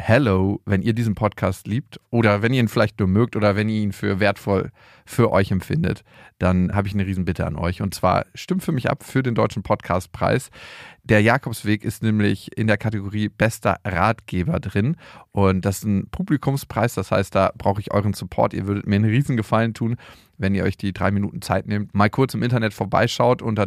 hello, wenn ihr diesen Podcast liebt oder wenn ihr ihn vielleicht nur mögt oder wenn ihr ihn für wertvoll für euch empfindet, dann habe ich eine Riesenbitte an euch. Und zwar stimmt für mich ab für den Deutschen Podcastpreis. Der Jakobsweg ist nämlich in der Kategorie Bester Ratgeber drin. Und das ist ein Publikumspreis, das heißt, da brauche ich euren Support. Ihr würdet mir einen Riesengefallen tun, wenn ihr euch die 3 Minuten Zeit nehmt, mal kurz im Internet vorbeischaut unter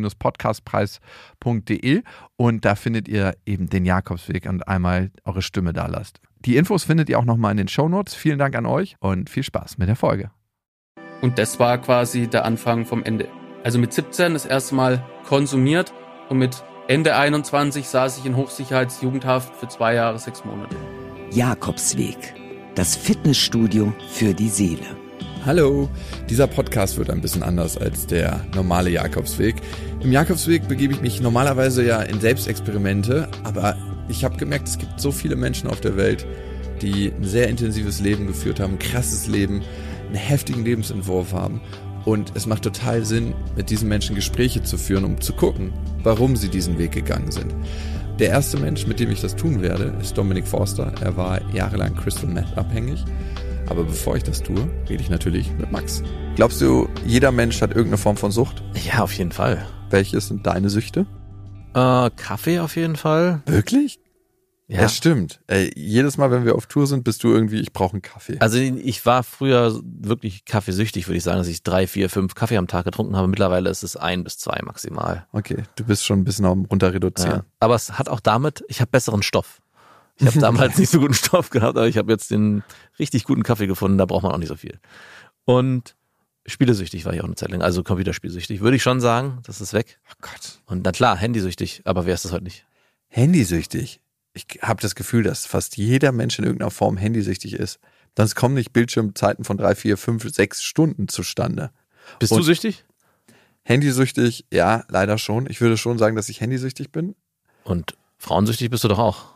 deutscher-podcastpreis.de und da findet ihr eben den Jakobsweg und einmal eure Stimme da lasst. Die Infos findet ihr auch nochmal in den Shownotes. Vielen Dank an euch und viel Spaß mit der Folge. Und das war quasi der Anfang vom Ende. Also mit 17 das erste Mal konsumiert und mit Ende 21 saß ich in Hochsicherheitsjugendhaft für 2 Jahre, 6 Monate. Jakobsweg, das Fitnessstudio für die Seele. Hallo, dieser Podcast wird ein bisschen anders als der normale Jakobsweg. Im Jakobsweg begebe ich mich normalerweise ja in Selbstexperimente, aber ich habe gemerkt, es gibt so viele Menschen auf der Welt, die ein sehr intensives Leben geführt haben, ein krasses Leben, einen heftigen Lebensentwurf haben. Und es macht total Sinn, mit diesen Menschen Gespräche zu führen, um zu gucken, warum sie diesen Weg gegangen sind. Der erste Mensch, mit dem ich das tun werde, ist Dominik Forster. Er war jahrelang Crystal Meth abhängig. Aber bevor ich das tue, rede ich natürlich mit Max. Glaubst du, jeder Mensch hat irgendeine Form von Sucht? Ja, auf jeden Fall. Welche sind deine Süchte? Kaffee auf jeden Fall. Wirklich? Ja. Das stimmt. Jedes Mal, wenn wir auf Tour sind, bist du irgendwie, ich brauche einen Kaffee. Also ich war früher wirklich kaffeesüchtig, würde ich sagen, dass ich 3, 4, 5 Kaffee am Tag getrunken habe. Mittlerweile ist es 1 bis 2 maximal. Okay, du bist schon ein bisschen am runter reduzieren. Ja. Aber es hat auch damit, ich habe besseren Stoff. Ich habe damals nicht so guten Stoff gehabt, aber ich habe jetzt den richtig guten Kaffee gefunden, da braucht man auch nicht so viel. Und spielesüchtig war ich auch eine Zeit lang, also computerspielsüchtig, würde ich schon sagen, das ist weg. Oh Gott. Und na klar, handysüchtig, aber wer ist das heute nicht? Handysüchtig? Ich habe das Gefühl, dass fast jeder Mensch in irgendeiner Form handysüchtig ist. Sonst kommen nicht Bildschirmzeiten von 3, 4, 5, 6 Stunden zustande. Bist du süchtig? Handysüchtig, ja, leider schon. Ich würde schon sagen, dass ich handysüchtig bin. Und frauensüchtig bist du doch auch?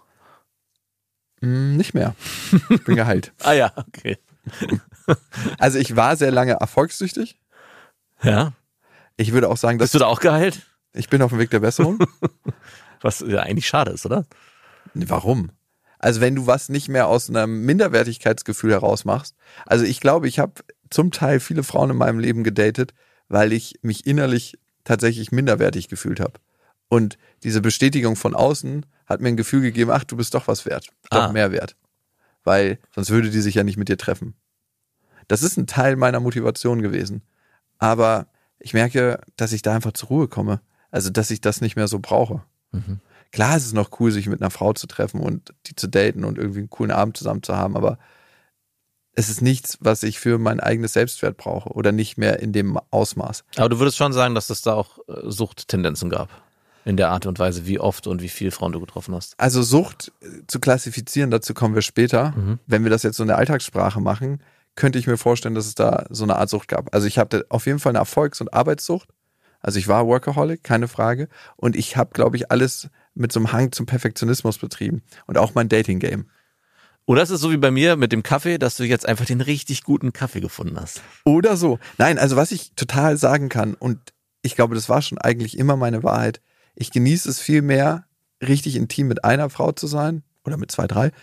Nicht mehr. Ich bin geheilt. Ah ja, okay. Also ich war sehr lange erfolgssüchtig. Ja. Ich würde auch sagen, dass... Bist du da auch geheilt? Ich bin auf dem Weg der Besserung. Was ja eigentlich schade ist, oder? Warum? Also wenn du was nicht mehr aus einem Minderwertigkeitsgefühl heraus machst. Also ich glaube, ich habe zum Teil viele Frauen in meinem Leben gedatet, weil ich mich innerlich tatsächlich minderwertig gefühlt habe. Und diese Bestätigung von außen hat mir ein Gefühl gegeben, ach, du bist doch was wert, doch mehr wert. Weil sonst würde die sich ja nicht mit dir treffen. Das ist ein Teil meiner Motivation gewesen. Aber ich merke, dass ich da einfach zur Ruhe komme. Also, dass ich das nicht mehr so brauche. Mhm. Klar, es ist noch cool, sich mit einer Frau zu treffen und die zu daten und irgendwie einen coolen Abend zusammen zu haben, aber es ist nichts, was ich für mein eigenes Selbstwert brauche oder nicht mehr in dem Ausmaß. Aber du würdest schon sagen, dass es da auch Suchttendenzen gab? In der Art und Weise, wie oft und wie viele Frauen du getroffen hast? Also Sucht zu klassifizieren, dazu kommen wir später. Mhm. Wenn wir das jetzt so in der Alltagssprache machen, könnte ich mir vorstellen, dass es da so eine Art Sucht gab. Also ich hatte auf jeden Fall eine Erfolgs- und Arbeitssucht. Also ich war Workaholic, keine Frage. Und ich habe, glaube ich, alles mit so einem Hang zum Perfektionismus betrieben. Und auch mein Dating-Game. Oder ist es so wie bei mir mit dem Kaffee, dass du jetzt einfach den richtig guten Kaffee gefunden hast? Oder so. Nein, also was ich total sagen kann, und ich glaube, das war schon eigentlich immer meine Wahrheit, ich genieße es viel mehr, richtig intim mit einer Frau zu sein. Oder mit 2, 3.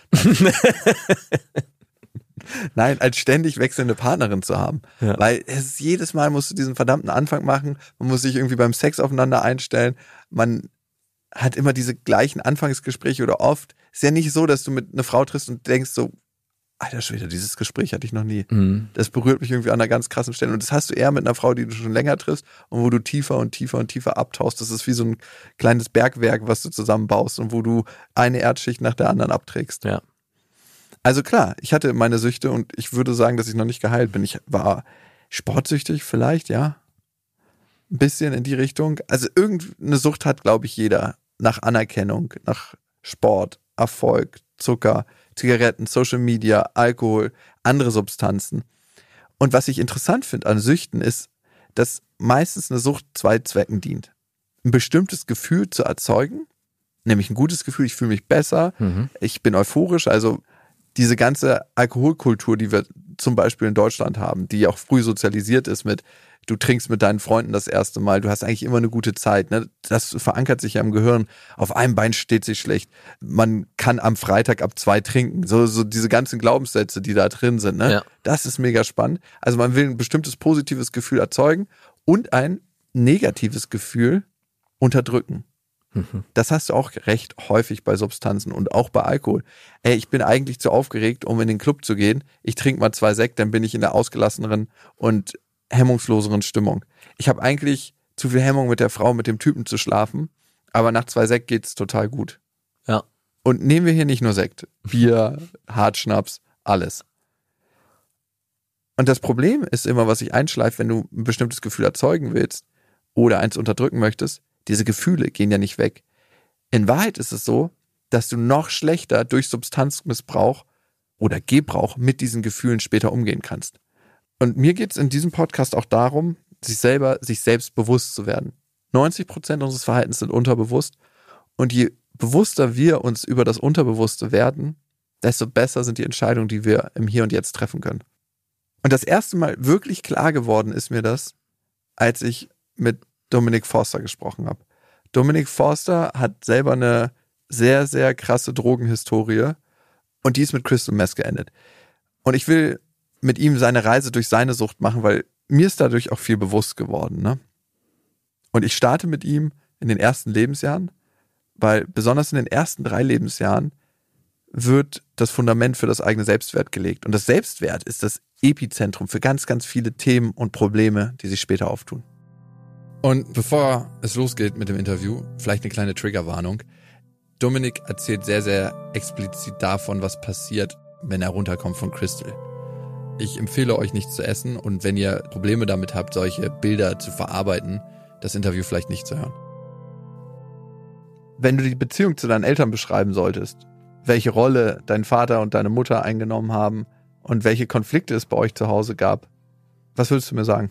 Nein, als ständig wechselnde Partnerin zu haben. Ja. Weil es ist, jedes Mal musst du diesen verdammten Anfang machen. Man muss sich irgendwie beim Sex aufeinander einstellen. Man hat immer diese gleichen Anfangsgespräche oder oft. Es ist ja nicht so, dass du mit einer Frau triffst und denkst so, alter Schwede, dieses Gespräch hatte ich noch nie. Mhm. Das berührt mich irgendwie an einer ganz krassen Stelle. Und das hast du eher mit einer Frau, die du schon länger triffst und wo du tiefer und tiefer und tiefer abtauchst. Das ist wie so ein kleines Bergwerk, was du zusammenbaust und wo du eine Erdschicht nach der anderen abträgst. Ja. Also klar, ich hatte meine Süchte und ich würde sagen, dass ich noch nicht geheilt bin. Ich war sportsüchtig vielleicht, ja. Ein bisschen in die Richtung. Also irgendeine Sucht hat, glaube ich, jeder. Nach Anerkennung, nach Sport, Erfolg, Zucker, Zigaretten, Social Media, Alkohol, andere Substanzen. Und was ich interessant finde an Süchten ist, dass meistens eine Sucht 2 Zwecken dient. Ein bestimmtes Gefühl zu erzeugen, nämlich ein gutes Gefühl, ich fühle mich besser, ich bin euphorisch, also diese ganze Alkoholkultur, die wir zum Beispiel in Deutschland haben, die auch früh sozialisiert ist mit du trinkst mit deinen Freunden das erste Mal, du hast eigentlich immer eine gute Zeit, ne? Das verankert sich ja im Gehirn. Auf einem Bein steht sich schlecht. Man kann am Freitag ab 2 trinken. So diese ganzen Glaubenssätze, die da drin sind, ne? Ja. Das ist mega spannend. Also man will ein bestimmtes positives Gefühl erzeugen und ein negatives Gefühl unterdrücken. Das hast du auch recht häufig bei Substanzen und auch bei Alkohol. Ey, ich bin eigentlich zu aufgeregt, um in den Club zu gehen. Ich trinke mal 2 Sekt, dann bin ich in der ausgelasseneren und hemmungsloseren Stimmung. Ich habe eigentlich zu viel Hemmung mit der Frau, mit dem Typen zu schlafen, aber nach 2 Sekt geht's total gut. Ja. Und nehmen wir hier nicht nur Sekt, Bier, Hartschnaps, alles. Und das Problem ist immer, was sich einschleift, wenn du ein bestimmtes Gefühl erzeugen willst oder eins unterdrücken möchtest, diese Gefühle gehen ja nicht weg. In Wahrheit ist es so, dass du noch schlechter durch Substanzmissbrauch oder Gebrauch mit diesen Gefühlen später umgehen kannst. Und mir geht es in diesem Podcast auch darum, sich selbst bewusst zu werden. 90% unseres Verhaltens sind unterbewusst und je bewusster wir uns über das Unterbewusste werden, desto besser sind die Entscheidungen, die wir im Hier und Jetzt treffen können. Und das erste Mal wirklich klar geworden ist mir das, als ich mit Dominic Forster gesprochen habe. Dominic Forster hat selber eine sehr, sehr krasse Drogenhistorie und die ist mit Crystal Meth geendet. Und ich will mit ihm seine Reise durch seine Sucht machen, weil mir ist dadurch auch viel bewusst geworden, ne? Und ich starte mit ihm in den ersten Lebensjahren, weil besonders in den ersten 3 Lebensjahren wird das Fundament für das eigene Selbstwert gelegt. Und das Selbstwert ist das Epizentrum für ganz, ganz viele Themen und Probleme, die sich später auftun. Und bevor es losgeht mit dem Interview, vielleicht eine kleine Triggerwarnung. Dominic erzählt sehr, sehr explizit davon, was passiert, wenn er runterkommt von Crystal. Ich empfehle euch nichts zu essen und wenn ihr Probleme damit habt, solche Bilder zu verarbeiten, das Interview vielleicht nicht zu hören. Wenn du die Beziehung zu deinen Eltern beschreiben solltest, welche Rolle dein Vater und deine Mutter eingenommen haben und welche Konflikte es bei euch zu Hause gab, was würdest du mir sagen?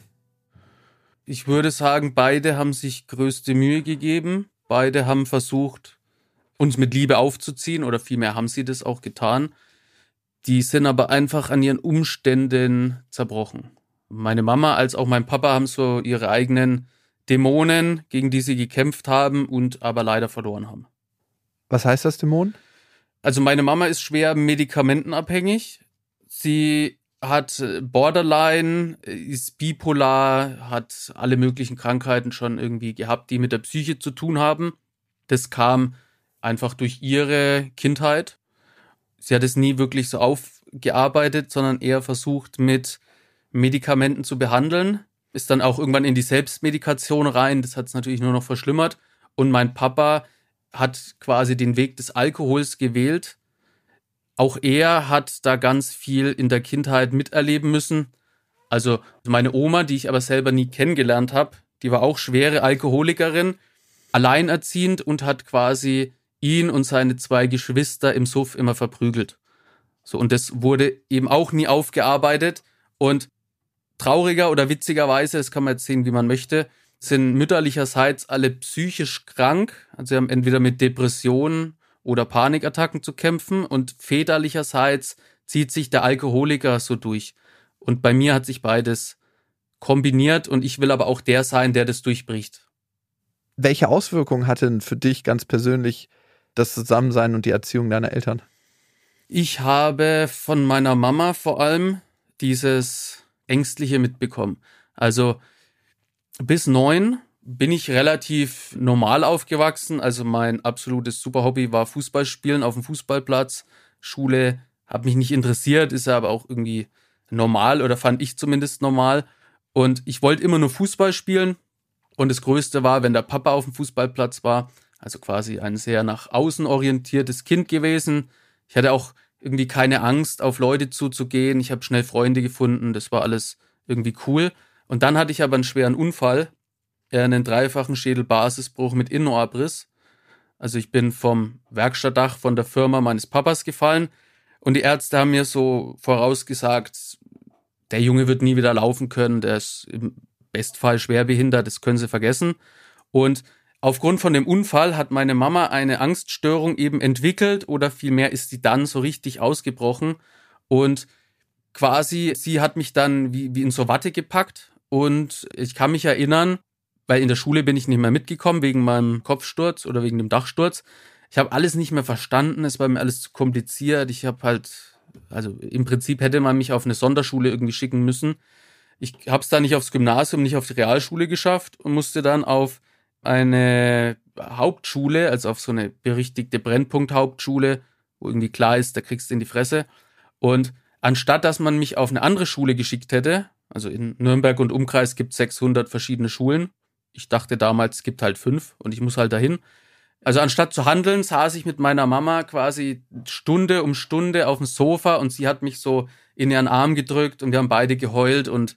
Ich würde sagen, beide haben sich größte Mühe gegeben. Beide haben versucht, uns mit Liebe aufzuziehen oder vielmehr haben sie das auch getan. Die sind aber einfach an ihren Umständen zerbrochen. Meine Mama als auch mein Papa haben so ihre eigenen Dämonen, gegen die sie gekämpft haben und aber leider verloren haben. Was heißt das, Dämon? Also meine Mama ist schwer medikamentenabhängig. Sie hat Borderline, ist bipolar, hat alle möglichen Krankheiten schon irgendwie gehabt, die mit der Psyche zu tun haben. Das kam einfach durch ihre Kindheit. Sie hat es nie wirklich so aufgearbeitet, sondern eher versucht, mit Medikamenten zu behandeln. Ist dann auch irgendwann in die Selbstmedikation rein. Das hat es natürlich nur noch verschlimmert. Und mein Papa hat quasi den Weg des Alkohols gewählt. Auch er hat da ganz viel in der Kindheit miterleben müssen. Also meine Oma, die ich aber selber nie kennengelernt habe, die war auch schwere Alkoholikerin, alleinerziehend und hat quasi ihn und seine 2 Geschwister im Suff immer verprügelt. So, und das wurde eben auch nie aufgearbeitet. Und trauriger oder witzigerweise, das kann man jetzt sehen, wie man möchte, sind mütterlicherseits alle psychisch krank. Also sie haben entweder mit Depressionen oder Panikattacken zu kämpfen und väterlicherseits zieht sich der Alkoholiker so durch. Und bei mir hat sich beides kombiniert und ich will aber auch der sein, der das durchbricht. Welche Auswirkungen hatte denn für dich ganz persönlich das Zusammensein und die Erziehung deiner Eltern? Ich habe von meiner Mama vor allem dieses Ängstliche mitbekommen. Also bis 9 bin ich relativ normal aufgewachsen. Also mein absolutes Superhobby war Fußballspielen auf dem Fußballplatz. Schule hat mich nicht interessiert, ist aber auch irgendwie normal oder fand ich zumindest normal. Und ich wollte immer nur Fußball spielen. Und das Größte war, wenn der Papa auf dem Fußballplatz war, also quasi ein sehr nach außen orientiertes Kind gewesen. Ich hatte auch irgendwie keine Angst, auf Leute zuzugehen. Ich habe schnell Freunde gefunden. Das war alles irgendwie cool. Und dann hatte ich aber einen schweren Unfall. Einen 3-fachen Schädelbasisbruch mit Innenohabriss. Also ich bin vom Werkstattdach von der Firma meines Papas gefallen und die Ärzte haben mir so vorausgesagt, der Junge wird nie wieder laufen können, der ist im Bestfall schwerbehindert, das können Sie vergessen. Und aufgrund von dem Unfall hat meine Mama eine Angststörung eben entwickelt oder vielmehr ist sie dann so richtig ausgebrochen und quasi sie hat mich dann wie in so Watte gepackt Und ich kann mich erinnern, weil in der Schule bin ich nicht mehr mitgekommen wegen meinem Kopfsturz oder wegen dem Dachsturz. Ich habe alles nicht mehr verstanden, es war mir alles zu kompliziert. Also im Prinzip hätte man mich auf eine Sonderschule irgendwie schicken müssen. Ich habe es dann nicht aufs Gymnasium, nicht auf die Realschule geschafft und musste dann auf eine Hauptschule, also auf so eine berichtigte Brennpunkt-Hauptschule, wo irgendwie klar ist, da kriegst du in die Fresse. Und anstatt, dass man mich auf eine andere Schule geschickt hätte, also in Nürnberg und Umkreis gibt es 600 verschiedene Schulen. Ich dachte damals, es gibt halt 5 und ich muss halt dahin. Also anstatt zu handeln, saß ich mit meiner Mama quasi Stunde um Stunde auf dem Sofa und sie hat mich so in ihren Arm gedrückt und wir haben beide geheult und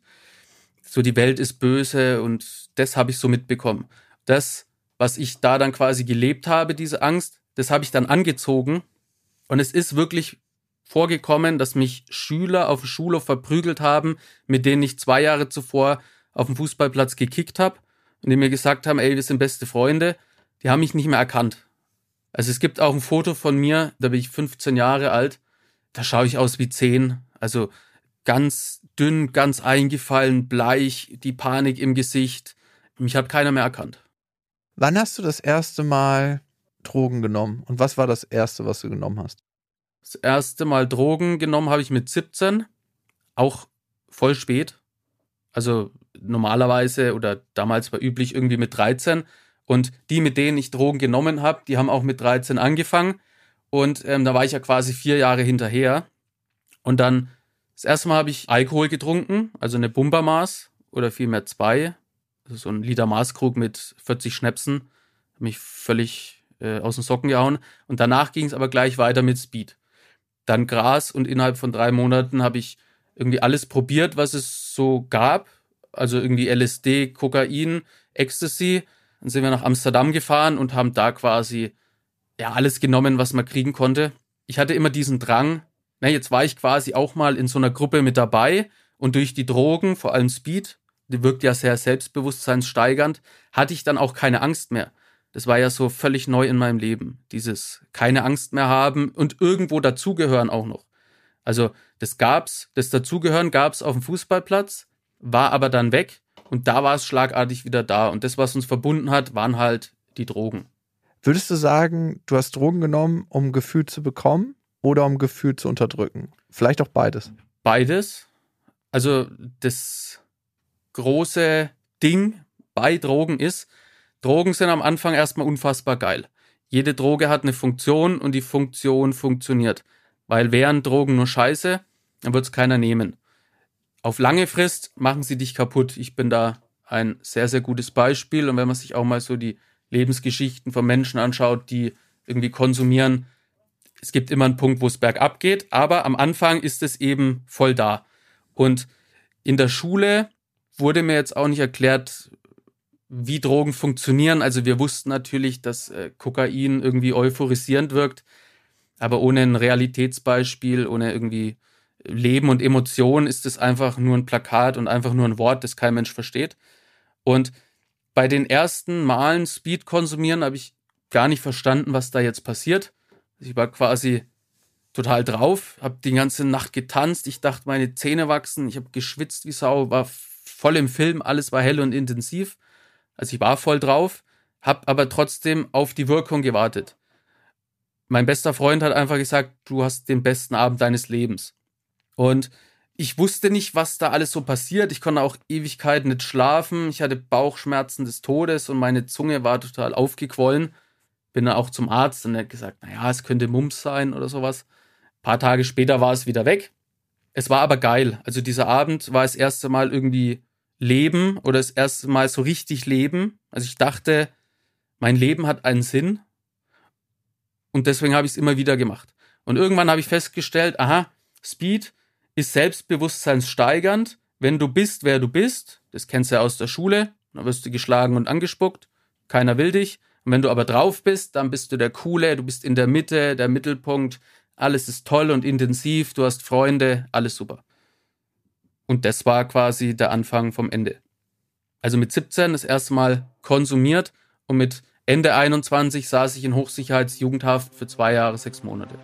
so die Welt ist böse und das habe ich so mitbekommen. Das, was ich da dann quasi gelebt habe, diese Angst, das habe ich dann angezogen und es ist wirklich vorgekommen, dass mich Schüler auf dem Schulhof verprügelt haben, mit denen ich 2 Jahre zuvor auf dem Fußballplatz gekickt habe und die mir gesagt haben, ey, wir sind beste Freunde. Die haben mich nicht mehr erkannt. Also es gibt auch ein Foto von mir, da bin ich 15 Jahre alt, da schaue ich aus wie 10. Also ganz dünn, ganz eingefallen, bleich, die Panik im Gesicht. Mich hat keiner mehr erkannt. Wann hast du das erste Mal Drogen genommen? Und was war das erste, was du genommen hast? Das erste Mal Drogen genommen habe ich mit 17, auch voll spät. Also normalerweise oder damals war üblich irgendwie mit 13. Und die, mit denen ich Drogen genommen habe, die haben auch mit 13 angefangen. Und da war ich ja quasi 4 Jahre hinterher. Und dann, das erste Mal habe ich Alkohol getrunken, also eine Bumbermaß oder vielmehr 2. Also so ein Liter Maßkrug mit 40 Schnäpsen. Hat mich völlig aus den Socken gehauen. Und danach ging es aber gleich weiter mit Speed. Dann Gras und innerhalb von 3 Monaten habe ich irgendwie alles probiert, was es so gab. Also irgendwie LSD, Kokain, Ecstasy. Dann sind wir nach Amsterdam gefahren und haben da quasi alles genommen, was man kriegen konnte. Ich hatte immer diesen Drang, jetzt war ich quasi auch mal in so einer Gruppe mit dabei und durch die Drogen, vor allem Speed, die wirkt ja sehr selbstbewusstseinssteigernd, hatte ich dann auch keine Angst mehr. Das war ja so völlig neu in meinem Leben, dieses keine Angst mehr haben und irgendwo dazugehören auch noch. Also das Dazugehören gab's auf dem Fußballplatz, war aber dann weg. Und da war es schlagartig wieder da. Und das, was uns verbunden hat, waren halt die Drogen. Würdest du sagen, du hast Drogen genommen, um Gefühl zu bekommen oder um Gefühl zu unterdrücken? Vielleicht auch beides. Beides. Also das große Ding bei Drogen ist, Drogen sind am Anfang erstmal unfassbar geil. Jede Droge hat eine Funktion und die Funktion funktioniert. Weil wären Drogen nur scheiße, dann wird es keiner nehmen. Auf lange Frist machen sie dich kaputt. Ich bin da ein sehr, sehr gutes Beispiel. Und wenn man sich auch mal so die Lebensgeschichten von Menschen anschaut, die irgendwie konsumieren, es gibt immer einen Punkt, wo es bergab geht. Aber am Anfang ist es eben voll da. Und in der Schule wurde mir jetzt auch nicht erklärt, wie Drogen funktionieren. Also wir wussten natürlich, dass Kokain irgendwie euphorisierend wirkt. Aber ohne ein Realitätsbeispiel, ohne irgendwie Leben und Emotion ist es einfach nur ein Plakat und einfach nur ein Wort, das kein Mensch versteht. Und bei den ersten Malen Speed konsumieren habe ich gar nicht verstanden, was da jetzt passiert. Ich war quasi total drauf, habe die ganze Nacht getanzt. Ich dachte, meine Zähne wachsen. Ich habe geschwitzt wie Sau, war voll im Film. Alles war hell und intensiv. Also ich war voll drauf, habe aber trotzdem auf die Wirkung gewartet. Mein bester Freund hat einfach gesagt, du hast den besten Abend deines Lebens. Und ich wusste nicht, was da alles so passiert. Ich konnte auch Ewigkeiten nicht schlafen. Ich hatte Bauchschmerzen des Todes und meine Zunge war total aufgequollen. Bin dann auch zum Arzt und er hat gesagt, es könnte Mumps sein oder sowas. Ein paar Tage später war es wieder weg. Es war aber geil. Also dieser Abend war das erste Mal irgendwie Leben oder das erste Mal so richtig Leben. Also ich dachte, mein Leben hat einen Sinn. Und deswegen habe ich es immer wieder gemacht. Und irgendwann habe ich festgestellt, Speed ist selbstbewusstseinssteigernd. Wenn du bist, wer du bist, das kennst du ja aus der Schule, dann wirst du geschlagen und angespuckt, keiner will dich. Und wenn du aber drauf bist, dann bist du der Coole, du bist in der Mitte, der Mittelpunkt, alles ist toll und intensiv, du hast Freunde, alles super. Und das war quasi der Anfang vom Ende. Also mit 17 das erste Mal konsumiert und mit Ende 21 saß ich in Hochsicherheitsjugendhaft für 2 Jahre, 6 Monate.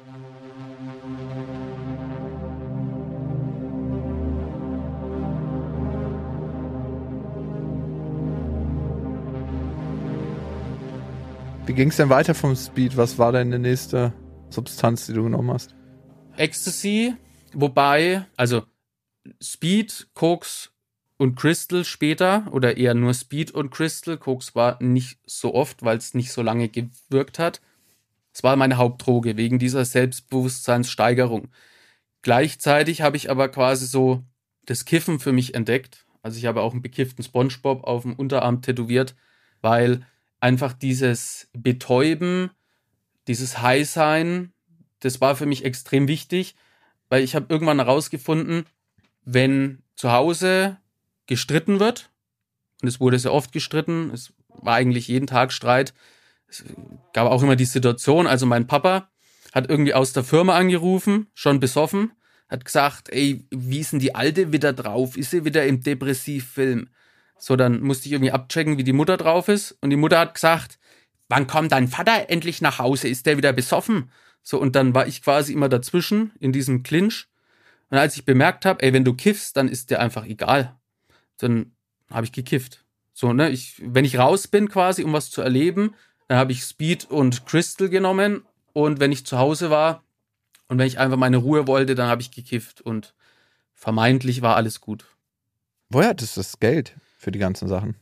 Wie ging es denn weiter vom Speed? Was war deine nächste Substanz, die du genommen hast? Ecstasy, wobei, also Speed, Koks und Crystal später oder eher nur Speed und Crystal. Koks war nicht so oft, weil es nicht so lange gewirkt hat. Es war meine Hauptdroge wegen dieser Selbstbewusstseinssteigerung. Gleichzeitig habe ich aber quasi so das Kiffen für mich entdeckt. Also ich habe auch einen bekifften SpongeBob auf dem Unterarm tätowiert, weil einfach dieses Betäuben, dieses High-Sein, das war für mich extrem wichtig, weil ich habe irgendwann herausgefunden, wenn zu Hause gestritten wird, und es wurde sehr oft gestritten, es war eigentlich jeden Tag Streit, es gab auch immer die Situation, also mein Papa hat irgendwie aus der Firma angerufen, schon besoffen, hat gesagt, ey, wie ist denn die Alte wieder drauf? Ist sie wieder im Depressivfilm? So, dann musste ich irgendwie abchecken, wie die Mutter drauf ist. Und die Mutter hat gesagt, wann kommt dein Vater endlich nach Hause? Ist der wieder besoffen? So, und dann war ich quasi immer dazwischen in diesem Clinch. Und als ich bemerkt habe, ey, wenn du kiffst, dann ist dir einfach egal. Dann habe ich gekifft. So, ne, wenn ich raus bin quasi, um was zu erleben, dann habe ich Speed und Crystal genommen. Und wenn ich zu Hause war und wenn ich einfach meine Ruhe wollte, dann habe ich gekifft. Und vermeintlich war alles gut. Woher hattest du das Geld für die ganzen Sachen?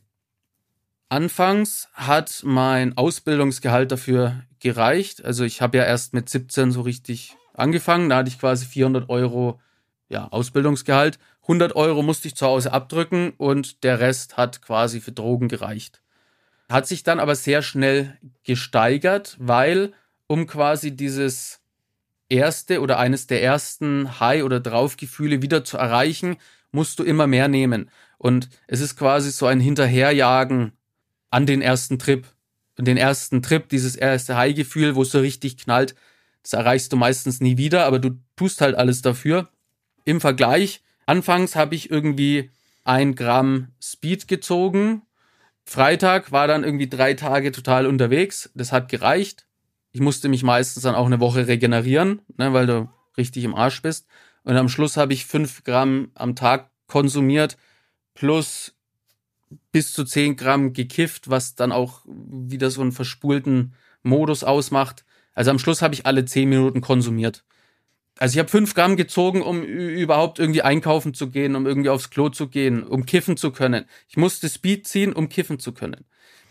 Anfangs hat mein Ausbildungsgehalt dafür gereicht. Also ich habe ja erst mit 17 so richtig angefangen. Da hatte ich quasi 400 Euro Ausbildungsgehalt. 100 Euro musste ich zu Hause abdrücken und der Rest hat quasi für Drogen gereicht. Hat sich dann aber sehr schnell gesteigert, weil um quasi dieses erste oder eines der ersten High- oder Draufgefühle wieder zu erreichen, musst du immer mehr nehmen. Und es ist quasi so ein Hinterherjagen an den ersten Trip. Und den ersten Trip, dieses erste High-Gefühl, wo es so richtig knallt, das erreichst du meistens nie wieder, aber du tust halt alles dafür. Im Vergleich, anfangs habe ich irgendwie 1 Gramm Speed gezogen. Freitag war dann irgendwie 3 Tage total unterwegs. Das hat gereicht. Ich musste mich meistens dann auch eine Woche regenerieren, ne, weil du richtig im Arsch bist. Und am Schluss habe ich 5 Gramm am Tag konsumiert, plus bis zu 10 Gramm gekifft, was dann auch wieder so einen verspulten Modus ausmacht. Also am Schluss habe ich alle 10 Minuten konsumiert. Also ich habe 5 Gramm gezogen, um überhaupt irgendwie einkaufen zu gehen, um irgendwie aufs Klo zu gehen, um kiffen zu können. Ich musste Speed ziehen, um kiffen zu können.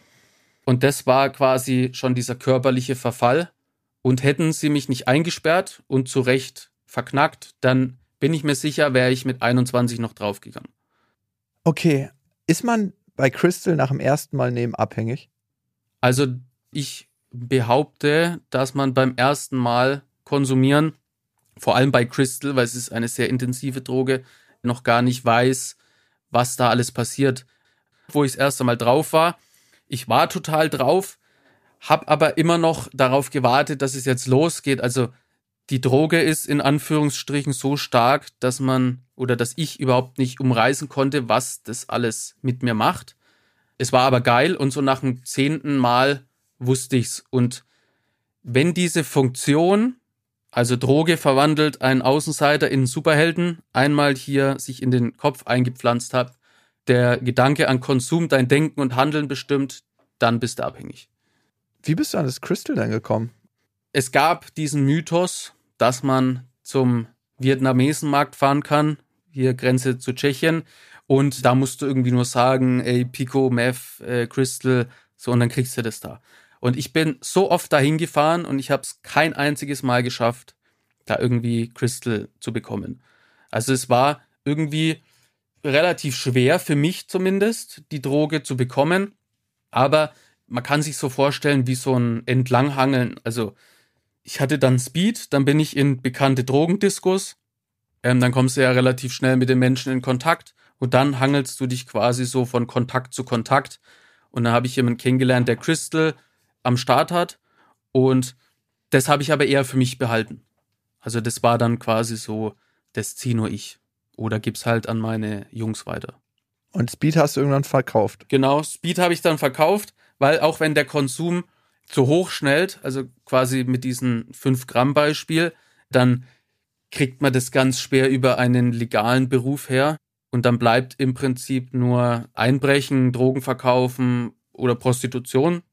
Und das war quasi schon dieser körperliche Verfall. Und hätten sie mich nicht eingesperrt und zu Recht verknackt, dann bin ich mir sicher, wäre ich mit 21 noch draufgegangen. Okay, ist man bei Crystal nach dem ersten Mal nehmen abhängig? Also ich behaupte, dass man beim ersten Mal konsumieren, vor allem bei Crystal, weil es ist eine sehr intensive Droge, noch gar nicht weiß, was da alles passiert. Wo ich das erste Mal drauf war, ich war total drauf, habe aber immer noch darauf gewartet, dass es jetzt losgeht. Also die Droge ist in Anführungsstrichen so stark, dass ich überhaupt nicht umreißen konnte, was das alles mit mir macht. Es war aber geil und so nach dem 10. Mal wusste ich's. Und wenn diese Funktion, also Droge verwandelt einen Außenseiter in einen Superhelden, einmal hier sich in den Kopf eingepflanzt hat, der Gedanke an Konsum dein Denken und Handeln bestimmt, dann bist du abhängig. Wie bist du an das Crystal denn gekommen? Es gab diesen Mythos, dass man zum Vietnamesenmarkt fahren kann, hier Grenze zu Tschechien, und da musst du irgendwie nur sagen, ey, Pico, Meth, Crystal, so, und dann kriegst du das da. Und ich bin so oft dahin gefahren und ich habe es kein einziges Mal geschafft, da irgendwie Crystal zu bekommen. Also es war irgendwie relativ schwer, für mich zumindest, die Droge zu bekommen, aber man kann sich so vorstellen wie so ein Entlanghangeln. Also ich hatte dann Speed, dann bin ich in bekannte Drogendiskos, dann kommst du ja relativ schnell mit den Menschen in Kontakt und dann hangelst du dich quasi so von Kontakt zu Kontakt. Und dann habe ich jemanden kennengelernt, der Crystal am Start hat, und das habe ich aber eher für mich behalten. Also das war dann quasi so, das zieh nur ich oder gib's halt an meine Jungs weiter. Und Speed hast du irgendwann verkauft? Genau, Speed habe ich dann verkauft, weil auch wenn der Konsum zu hoch schnellt, also quasi mit diesem 5 Gramm Beispiel, dann kriegt man das ganz schwer über einen legalen Beruf her und dann bleibt im Prinzip nur Einbrechen, Drogen verkaufen oder Prostitution.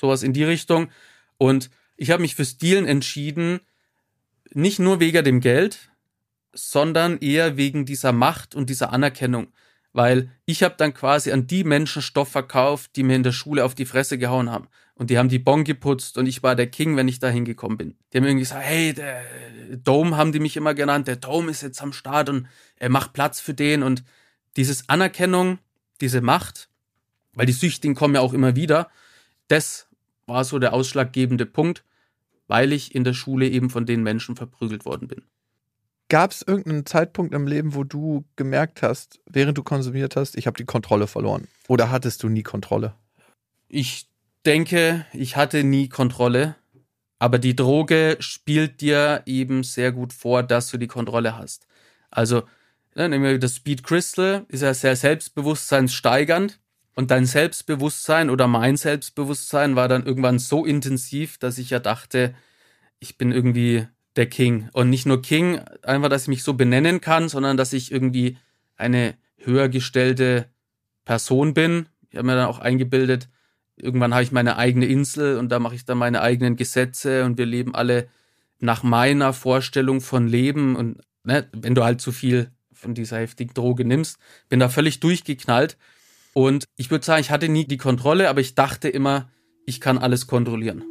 sowas in die Richtung. Und ich habe mich fürs Dealen entschieden, nicht nur wegen dem Geld, sondern eher wegen dieser Macht und dieser Anerkennung. Weil ich habe dann quasi an die Menschen Stoff verkauft, die mir in der Schule auf die Fresse gehauen haben. Und die haben die Bon geputzt und ich war der King, wenn ich da hingekommen bin. Die haben irgendwie gesagt, hey, der Dome haben die mich immer genannt, der Dome ist jetzt am Start und er macht Platz für den. Und dieses Anerkennung, diese Macht, weil die Süchtigen kommen ja auch immer wieder, das war so der ausschlaggebende Punkt, weil ich in der Schule eben von den Menschen verprügelt worden bin. Gab es irgendeinen Zeitpunkt im Leben, wo du gemerkt hast, während du konsumiert hast, ich habe die Kontrolle verloren? Oder hattest du nie Kontrolle? Ich denke, ich hatte nie Kontrolle, aber die Droge spielt dir eben sehr gut vor, dass du die Kontrolle hast. Also, nehmen wir das Speed Crystal, ist ja sehr selbstbewusstseinssteigernd und dein Selbstbewusstsein oder mein Selbstbewusstsein war dann irgendwann so intensiv, dass ich ja dachte, ich bin irgendwie der King. Und nicht nur King, einfach, dass ich mich so benennen kann, sondern dass ich irgendwie eine höher gestellte Person bin. Ich habe mir dann auch eingebildet, irgendwann habe ich meine eigene Insel und da mache ich dann meine eigenen Gesetze und wir leben alle nach meiner Vorstellung von Leben. Und wenn du halt zu viel von dieser heftigen Droge nimmst, bin da völlig durchgeknallt. Und ich würde sagen, ich hatte nie die Kontrolle, aber ich dachte immer, ich kann alles kontrollieren.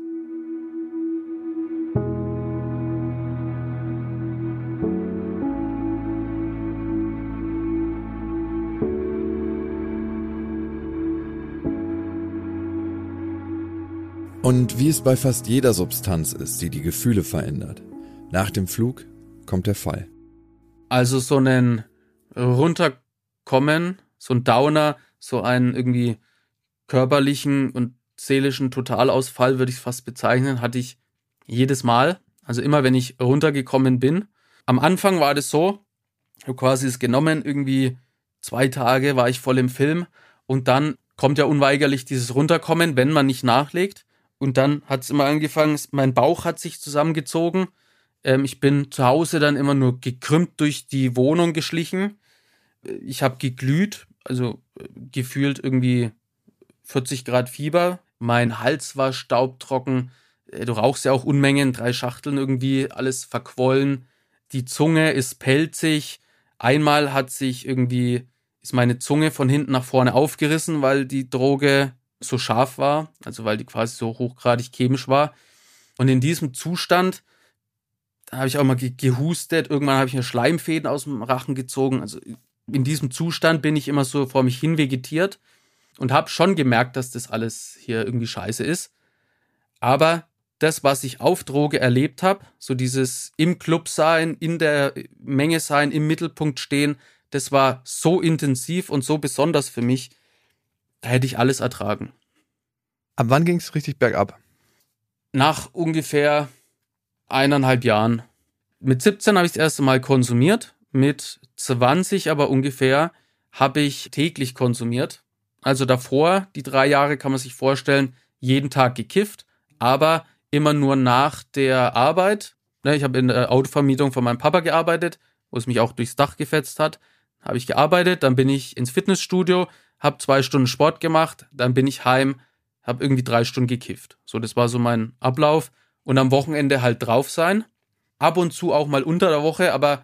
Und wie es bei fast jeder Substanz ist, die die Gefühle verändert. Nach dem Flug kommt der Fall. Also so einen Runterkommen, so ein Downer, so einen irgendwie körperlichen und seelischen Totalausfall, würde ich es fast bezeichnen, hatte ich jedes Mal. Also immer, wenn ich runtergekommen bin. Am Anfang war das so, ich habe quasi es genommen, irgendwie 2 Tage war ich voll im Film und dann kommt ja unweigerlich dieses Runterkommen, wenn man nicht nachlegt. Und dann hat es immer angefangen, mein Bauch hat sich zusammengezogen. Ich bin zu Hause dann immer nur gekrümmt durch die Wohnung geschlichen. Ich habe geglüht, also gefühlt irgendwie 40 Grad Fieber. Mein Hals war staubtrocken. Du rauchst ja auch Unmengen, 3 Schachteln irgendwie, alles verquollen. Die Zunge ist pelzig. Einmal ist meine Zunge von hinten nach vorne aufgerissen, weil die Droge so scharf war, also weil die quasi so hochgradig chemisch war. Und in diesem Zustand habe ich auch mal gehustet. Irgendwann habe ich mir Schleimfäden aus dem Rachen gezogen. Also in diesem Zustand bin ich immer so vor mich hin vegetiert und habe schon gemerkt, dass das alles hier irgendwie scheiße ist. Aber das, was ich auf Droge erlebt habe, so dieses im Club sein, in der Menge sein, im Mittelpunkt stehen, das war so intensiv und so besonders für mich, da hätte ich alles ertragen. Ab wann ging es richtig bergab? Nach ungefähr 1,5 Jahren. Mit 17 habe ich das erste Mal konsumiert. Mit 20 aber ungefähr habe ich täglich konsumiert. Also davor, die 3 Jahre kann man sich vorstellen, jeden Tag gekifft, aber immer nur nach der Arbeit. Ich habe in der Autovermietung von meinem Papa gearbeitet, wo es mich auch durchs Dach gefetzt hat. Habe ich gearbeitet, dann bin ich ins Fitnessstudio, habe 2 Stunden Sport gemacht, dann bin ich heim, habe irgendwie 3 Stunden gekifft. So, das war so mein Ablauf. Und am Wochenende halt drauf sein. Ab und zu auch mal unter der Woche, aber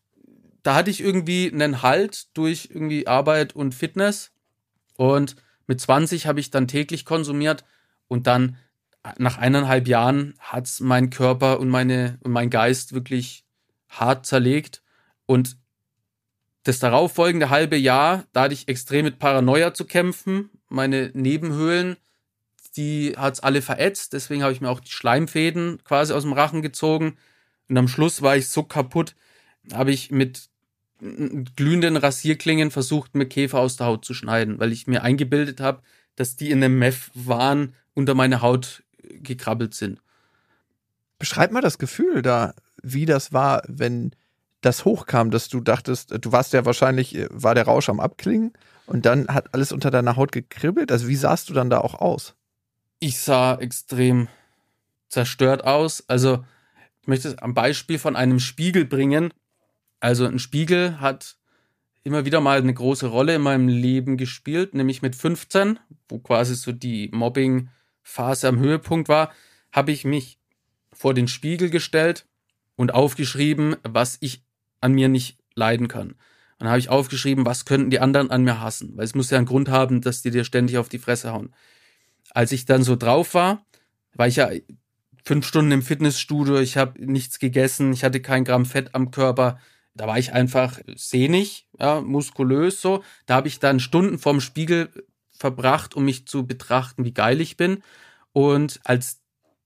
da hatte ich irgendwie einen Halt durch irgendwie Arbeit und Fitness. Und mit 20 habe ich dann täglich konsumiert und dann nach 1,5 Jahren hat es mein Körper und mein Geist wirklich hart zerlegt. Und das darauffolgende halbe Jahr, da hatte ich extrem mit Paranoia zu kämpfen. Meine Nebenhöhlen, die hat es alle verätzt. Deswegen habe ich mir auch die Schleimfäden quasi aus dem Rachen gezogen. Und am Schluss war ich so kaputt, habe ich mit glühenden Rasierklingen versucht, mir Käfer aus der Haut zu schneiden, weil ich mir eingebildet habe, dass die in einem Meth-Wahn unter meine Haut gekrabbelt sind. Beschreib mal das Gefühl da, wie das war, wenn das hochkam, dass du dachtest, du warst ja wahrscheinlich, war der Rausch am Abklingen und dann hat alles unter deiner Haut gekribbelt. Also wie sahst du dann da auch aus? Ich sah extrem zerstört aus. Also ich möchte es am Beispiel von einem Spiegel bringen. Also ein Spiegel hat immer wieder mal eine große Rolle in meinem Leben gespielt, nämlich mit 15, wo quasi so die Mobbing- Phase am Höhepunkt war, habe ich mich vor den Spiegel gestellt und aufgeschrieben, was ich an mir nicht leiden kann. Und dann habe ich aufgeschrieben, was könnten die anderen an mir hassen, weil es muss ja einen Grund haben, dass die dir ständig auf die Fresse hauen. Als ich dann so drauf war ich ja 5 Stunden im Fitnessstudio, ich habe nichts gegessen, ich hatte kein Gramm Fett am Körper, da war ich einfach sehnig, ja, muskulös so. Da habe ich dann Stunden vorm Spiegel verbracht, um mich zu betrachten, wie geil ich bin. Und als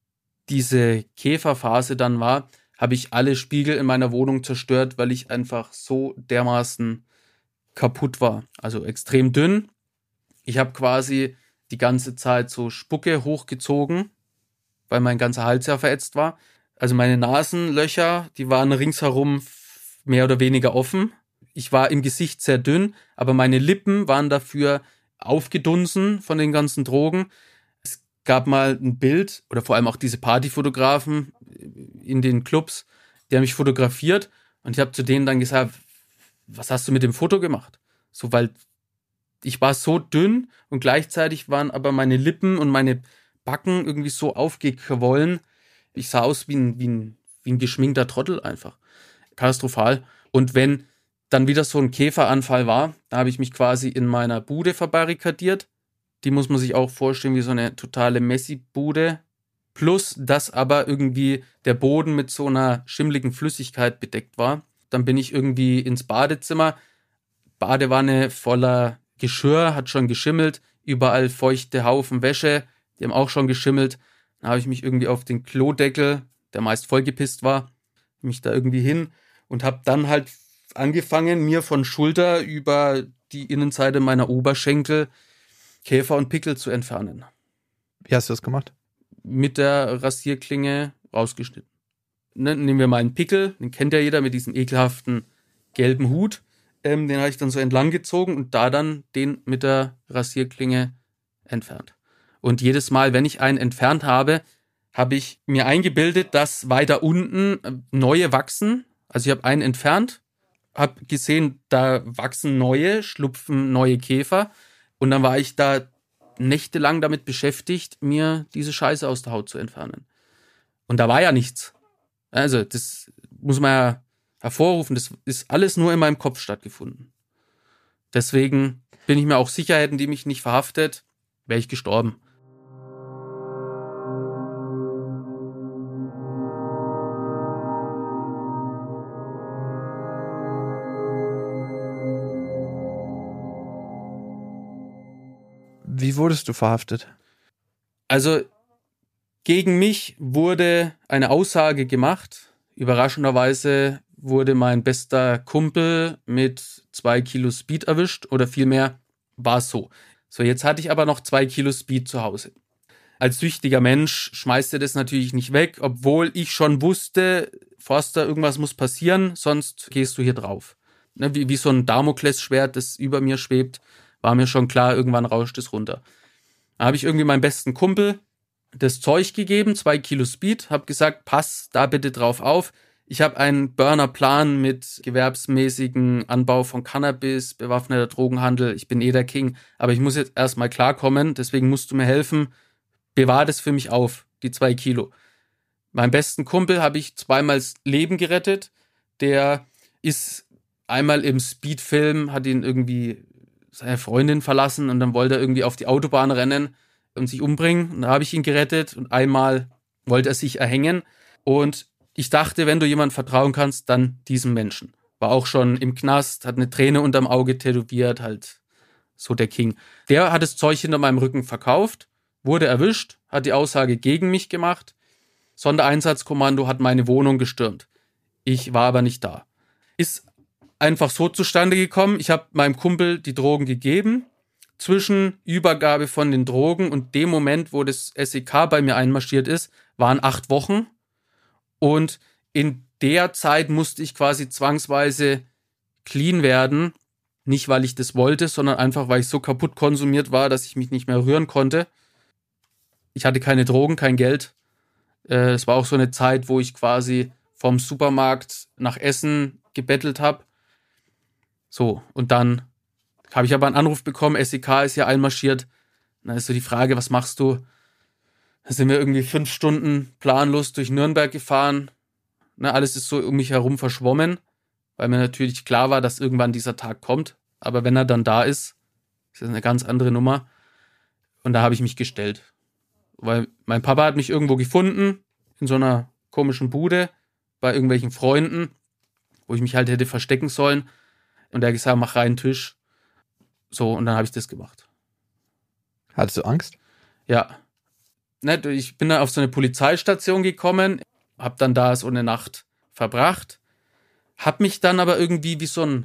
diese Käferphase dann war, habe ich alle Spiegel in meiner Wohnung zerstört, weil ich einfach so dermaßen kaputt war. Also extrem dünn. Ich habe quasi die ganze Zeit so Spucke hochgezogen, weil mein ganzer Hals ja verätzt war. Also meine Nasenlöcher, die waren ringsherum mehr oder weniger offen. Ich war im Gesicht sehr dünn, aber meine Lippen waren dafür aufgedunsen von den ganzen Drogen. Es gab mal ein Bild, oder vor allem auch diese Partyfotografen in den Clubs, die haben mich fotografiert und ich habe zu denen dann gesagt, was hast du mit dem Foto gemacht? So, weil ich war so dünn und gleichzeitig waren aber meine Lippen und meine Backen irgendwie so aufgequollen. Ich sah aus wie ein geschminkter Trottel einfach. Katastrophal. Und wenn dann wieder so ein Käferanfall war, da habe ich mich quasi in meiner Bude verbarrikadiert. Die muss man sich auch vorstellen wie so eine totale Messi-Bude. Plus, dass aber irgendwie der Boden mit so einer schimmligen Flüssigkeit bedeckt war. Dann bin ich irgendwie ins Badezimmer. Badewanne voller Geschirr, hat schon geschimmelt. Überall feuchte Haufen Wäsche, die haben auch schon geschimmelt. Dann habe ich mich irgendwie auf den Klodeckel, der meist vollgepisst war, mich da irgendwie hin und habe dann halt angefangen, mir von Schulter über die Innenseite meiner Oberschenkel Käfer und Pickel zu entfernen. Wie hast du das gemacht? Mit der Rasierklinge rausgeschnitten. Nehmen wir mal einen Pickel, den kennt ja jeder mit diesem ekelhaften gelben Hut. Den habe ich dann so entlang gezogen und da dann den mit der Rasierklinge entfernt. Und jedes Mal, wenn ich einen entfernt habe, habe ich mir eingebildet, dass weiter unten neue wachsen. Also ich habe einen entfernt, habe gesehen, da wachsen neue, schlupfen neue Käfer. Und dann war ich da nächtelang damit beschäftigt, mir diese Scheiße aus der Haut zu entfernen. Und da war ja nichts. Also das muss man ja hervorrufen, das ist alles nur in meinem Kopf stattgefunden. Deswegen bin ich mir auch sicher, hätten die mich nicht verhaftet, wäre ich gestorben. Wie wurdest du verhaftet? Also gegen mich wurde eine Aussage gemacht. Überraschenderweise wurde mein bester Kumpel mit 2 Kilo Speed erwischt oder vielmehr war es so. So, jetzt hatte ich aber noch 2 Kilo Speed zu Hause. Als süchtiger Mensch schmeißt er das natürlich nicht weg, obwohl ich schon wusste, Forster, irgendwas muss passieren, sonst gehst du hier drauf. Ne, wie so ein Damoklesschwert, das über mir schwebt, war mir schon klar, irgendwann rauscht es runter. Da habe ich irgendwie meinem besten Kumpel das Zeug gegeben, 2 Kilo Speed, habe gesagt, pass da bitte drauf auf. Ich habe einen Burnerplan mit gewerbsmäßigen Anbau von Cannabis, bewaffneter Drogenhandel. Ich bin der King, aber ich muss jetzt erstmal klarkommen, deswegen musst du mir helfen. Bewahr das für mich auf, die 2 Kilo. Meinem besten Kumpel habe ich 2-mal das Leben gerettet. Der ist einmal im Speedfilm, hat ihn irgendwie seine Freundin verlassen und dann wollte er irgendwie auf die Autobahn rennen und sich umbringen. Und da habe ich ihn gerettet und einmal wollte er sich erhängen. Und ich dachte, wenn du jemandem vertrauen kannst, dann diesem Menschen. War auch schon im Knast, hat eine Träne unterm Auge tätowiert, halt so der King. Der hat das Zeug hinter meinem Rücken verkauft, wurde erwischt, hat die Aussage gegen mich gemacht. Sondereinsatzkommando hat meine Wohnung gestürmt. Ich war aber nicht da. Ist einfach so zustande gekommen. Ich habe meinem Kumpel die Drogen gegeben. Zwischen Übergabe von den Drogen und dem Moment, wo das SEK bei mir einmarschiert ist, waren 8 Wochen. Und in der Zeit musste ich quasi zwangsweise clean werden. Nicht, weil ich das wollte, sondern einfach, weil ich so kaputt konsumiert war, dass ich mich nicht mehr rühren konnte. Ich hatte keine Drogen, kein Geld. Es war auch so eine Zeit, wo ich quasi vom Supermarkt nach Essen gebettelt habe. So, und dann habe ich aber einen Anruf bekommen, SEK ist ja einmarschiert. Und dann ist so die Frage, was machst du? Da sind wir irgendwie 5 Stunden planlos durch Nürnberg gefahren. Ne, alles ist so um mich herum verschwommen, weil mir natürlich klar war, dass irgendwann dieser Tag kommt. Aber wenn er dann da ist, ist das eine ganz andere Nummer. Und da habe ich mich gestellt. Weil mein Papa hat mich irgendwo gefunden, in so einer komischen Bude, bei irgendwelchen Freunden, wo ich mich halt hätte verstecken sollen. Und er hat gesagt, mach rein Tisch. So, und dann habe ich das gemacht. Hattest du Angst? Ja. Ich bin dann auf so eine Polizeistation gekommen, habe dann da so eine Nacht verbracht, habe mich dann aber irgendwie wie so ein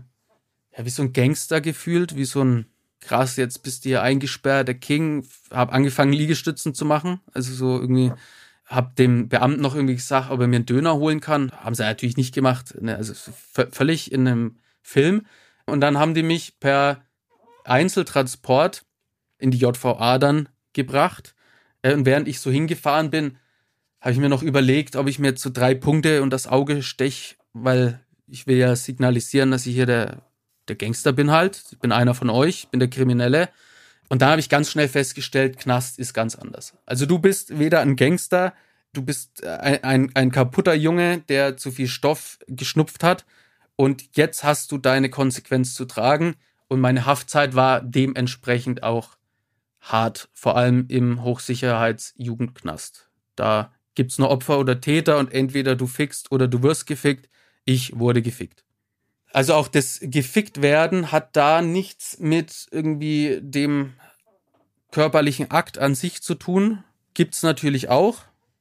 Gangster gefühlt, wie so ein krass, jetzt bist du hier eingesperrt, der King, habe angefangen Liegestützen zu machen, also so irgendwie, habe dem Beamten noch irgendwie gesagt, ob er mir einen Döner holen kann, haben sie natürlich nicht gemacht, ne? Also völlig in einem Film. Und dann haben die mich per Einzeltransport in die JVA dann gebracht. Und während ich so hingefahren bin, habe ich mir noch überlegt, ob ich mir jetzt so 3 Punkte und das Auge stech, weil ich will ja signalisieren, dass ich hier der Gangster bin halt. Ich bin einer von euch, bin der Kriminelle. Und da habe ich ganz schnell festgestellt, Knast ist ganz anders. Also du bist weder ein Gangster, du bist ein kaputter Junge, der zu viel Stoff geschnupft hat. Und jetzt hast du deine Konsequenz zu tragen. Und meine Haftzeit war dementsprechend auch hart, vor allem im Hochsicherheitsjugendknast. Da gibt's nur Opfer oder Täter und entweder du fickst oder du wirst gefickt. Ich wurde gefickt. Also auch das gefickt werden hat da nichts mit irgendwie dem körperlichen Akt an sich zu tun. Gibt's natürlich auch.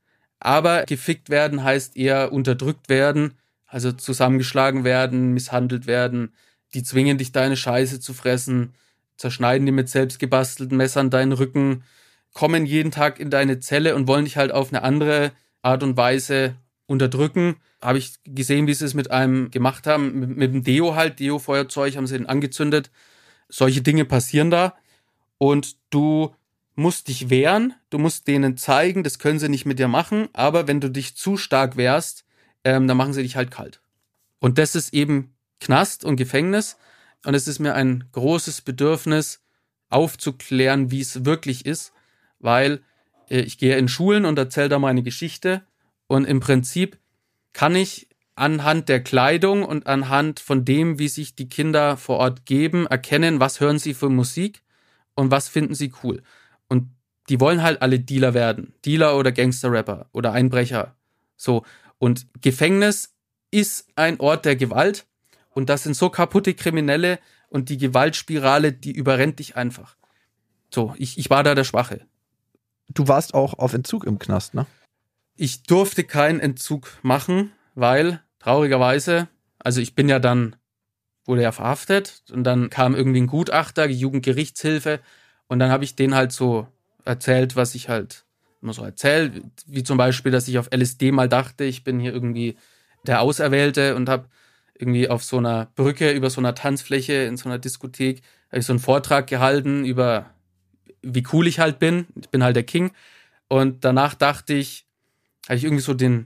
Aber gefickt werden heißt eher unterdrückt werden, also zusammengeschlagen werden, misshandelt werden. Die zwingen dich, deine Scheiße zu fressen, zerschneiden dir mit selbstgebastelten Messern deinen Rücken, kommen jeden Tag in deine Zelle und wollen dich halt auf eine andere Art und Weise unterdrücken. Habe ich gesehen, wie sie es mit einem gemacht haben, mit dem Deo-Feuerzeug, haben sie ihn angezündet. Solche Dinge passieren da und du musst dich wehren, du musst denen zeigen, das können sie nicht mit dir machen, aber wenn du dich zu stark wehrst, dann machen sie dich halt kalt. Und das ist eben Knast und Gefängnis und es ist mir ein großes Bedürfnis, aufzuklären, wie es wirklich ist, weil ich gehe in Schulen und erzähle da meine Geschichte und im Prinzip kann ich anhand der Kleidung und anhand von dem, wie sich die Kinder vor Ort geben, erkennen, was hören sie für Musik und was finden sie cool. Und die wollen halt alle Dealer werden. Dealer oder Gangster-Rapper oder Einbrecher. So. Und Gefängnis ist ein Ort der Gewalt und das sind so kaputte Kriminelle und die Gewaltspirale, die überrennt dich einfach. So, ich war da der Schwache. Du warst auch auf Entzug im Knast, ne? Ich durfte keinen Entzug machen, weil traurigerweise, also ich bin ja dann, wurde ja verhaftet und dann kam irgendwie ein Gutachter, die Jugendgerichtshilfe und dann habe ich denen halt so erzählt, was ich halt immer so erzähle, wie zum Beispiel, dass ich auf LSD mal dachte, ich bin hier irgendwie der Auserwählte und habe irgendwie auf so einer Brücke über so einer Tanzfläche in so einer Diskothek habe ich so einen Vortrag gehalten über wie cool ich halt bin. Ich bin halt der King. Und danach dachte ich, hatte ich irgendwie so den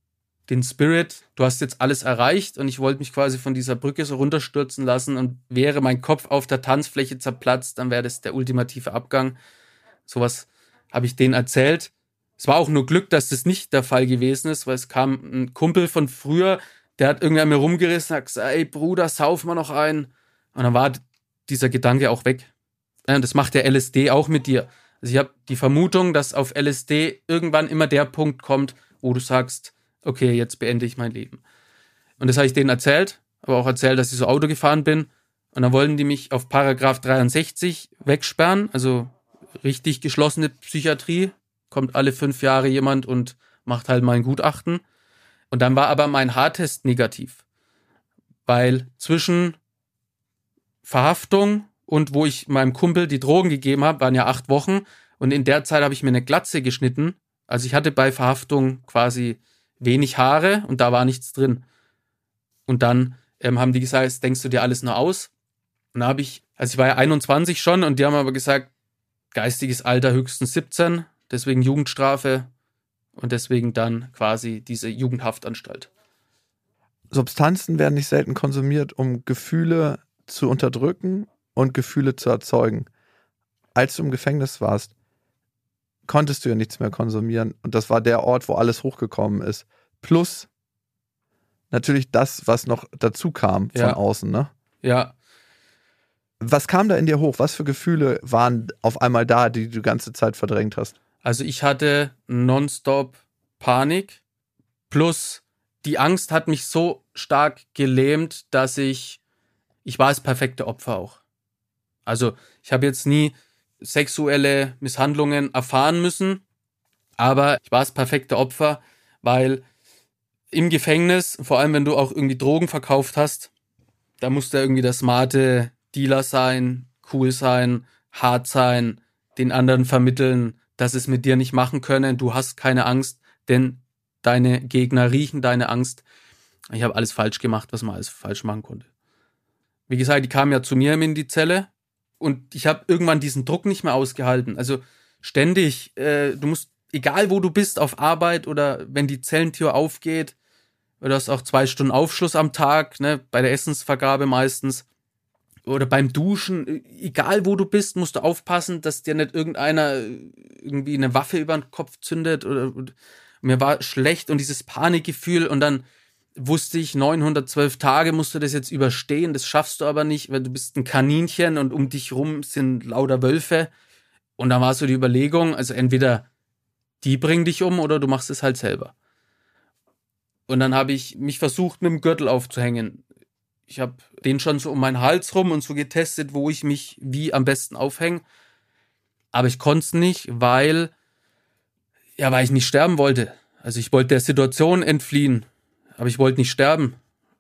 Spirit, du hast jetzt alles erreicht und ich wollte mich quasi von dieser Brücke so runterstürzen lassen und wäre mein Kopf auf der Tanzfläche zerplatzt, dann wäre das der ultimative Abgang. Sowas habe ich denen erzählt. Es war auch nur Glück, dass das nicht der Fall gewesen ist, weil es kam ein Kumpel von früher, der hat irgendwie an mir rumgerissen, hat gesagt, ey Bruder, sauf mal noch ein. Und dann war dieser Gedanke auch weg. Und das macht der LSD auch mit dir. Also ich habe die Vermutung, dass auf LSD irgendwann immer der Punkt kommt, wo du sagst, okay, jetzt beende ich mein Leben. Und das habe ich denen erzählt, aber auch erzählt, dass ich so Auto gefahren bin. Und dann wollten die mich auf Paragraph 63 wegsperren, also richtig geschlossene Psychiatrie. Kommt alle 5 Jahre jemand und macht halt mal ein Gutachten. Und dann war aber mein Haartest negativ. Weil zwischen Verhaftung und wo ich meinem Kumpel die Drogen gegeben habe, waren ja 8 Wochen. Und in der Zeit habe ich mir eine Glatze geschnitten. Also ich hatte bei Verhaftung quasi wenig Haare und da war nichts drin. Und dann haben die gesagt, das denkst du dir alles nur aus. Und da habe ich war ja 21 schon und die haben aber gesagt, geistiges Alter höchstens 17, deswegen Jugendstrafe und deswegen dann quasi diese Jugendhaftanstalt. Substanzen werden nicht selten konsumiert, um Gefühle zu unterdrücken und Gefühle zu erzeugen. Als du im Gefängnis warst, konntest du ja nichts mehr konsumieren und das war der Ort, wo alles hochgekommen ist. Plus natürlich das, was noch dazu kam von außen, ne? Ja. Was kam da in dir hoch? Was für Gefühle waren auf einmal da, die du die ganze Zeit verdrängt hast? Also ich hatte nonstop Panik, plus die Angst hat mich so stark gelähmt, dass ich war das perfekte Opfer auch. Also ich habe jetzt nie sexuelle Misshandlungen erfahren müssen, aber ich war das perfekte Opfer, weil im Gefängnis, vor allem wenn du auch irgendwie Drogen verkauft hast, da musst du irgendwie der smarte Dealer sein, cool sein, hart sein, den anderen vermitteln, dass es mit dir nicht machen können, du hast keine Angst, denn deine Gegner riechen deine Angst. Ich habe alles falsch gemacht, was man alles falsch machen konnte. Wie gesagt, die kamen ja zu mir in die Zelle und ich habe irgendwann diesen Druck nicht mehr ausgehalten. Also ständig, du musst, egal wo du bist, auf Arbeit oder wenn die Zellentür aufgeht, du hast auch 2 Stunden Aufschluss am Tag, ne, bei der Essensvergabe meistens, oder beim Duschen, egal wo du bist, musst du aufpassen, dass dir nicht irgendeiner irgendwie eine Waffe über den Kopf zündet oder mir war schlecht und dieses Panikgefühl und dann wusste ich, 912 Tage musst du das jetzt überstehen, das schaffst du aber nicht, weil du bist ein Kaninchen und um dich rum sind lauter Wölfe und da war so die Überlegung, also entweder die bringen dich um oder du machst es halt selber. Und dann habe ich mich versucht, mit dem Gürtel aufzuhängen. Ich habe den schon so um meinen Hals rum und so getestet, wo ich mich wie am besten aufhänge. Aber ich konnte es nicht, weil ich nicht sterben wollte. Also ich wollte der Situation entfliehen, aber ich wollte nicht sterben.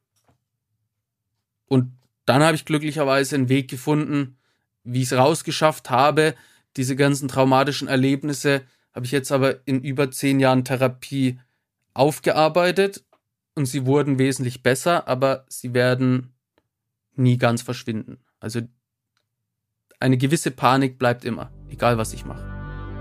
Und dann habe ich glücklicherweise einen Weg gefunden, wie ich es rausgeschafft habe. Diese ganzen traumatischen Erlebnisse habe ich jetzt aber in über 10 Jahren Therapie aufgearbeitet und sie wurden wesentlich besser, aber sie werden nie ganz verschwinden. Also eine gewisse Panik bleibt immer, egal was ich mache.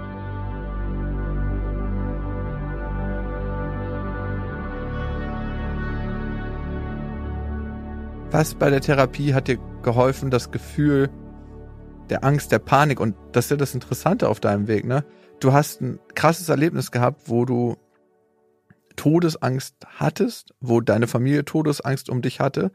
Was bei der Therapie hat dir geholfen, das Gefühl der Angst, der Panik, und das ist ja das Interessante auf deinem Weg, ne? Du hast ein krasses Erlebnis gehabt, wo du Todesangst hattest, wo deine Familie Todesangst um dich hatte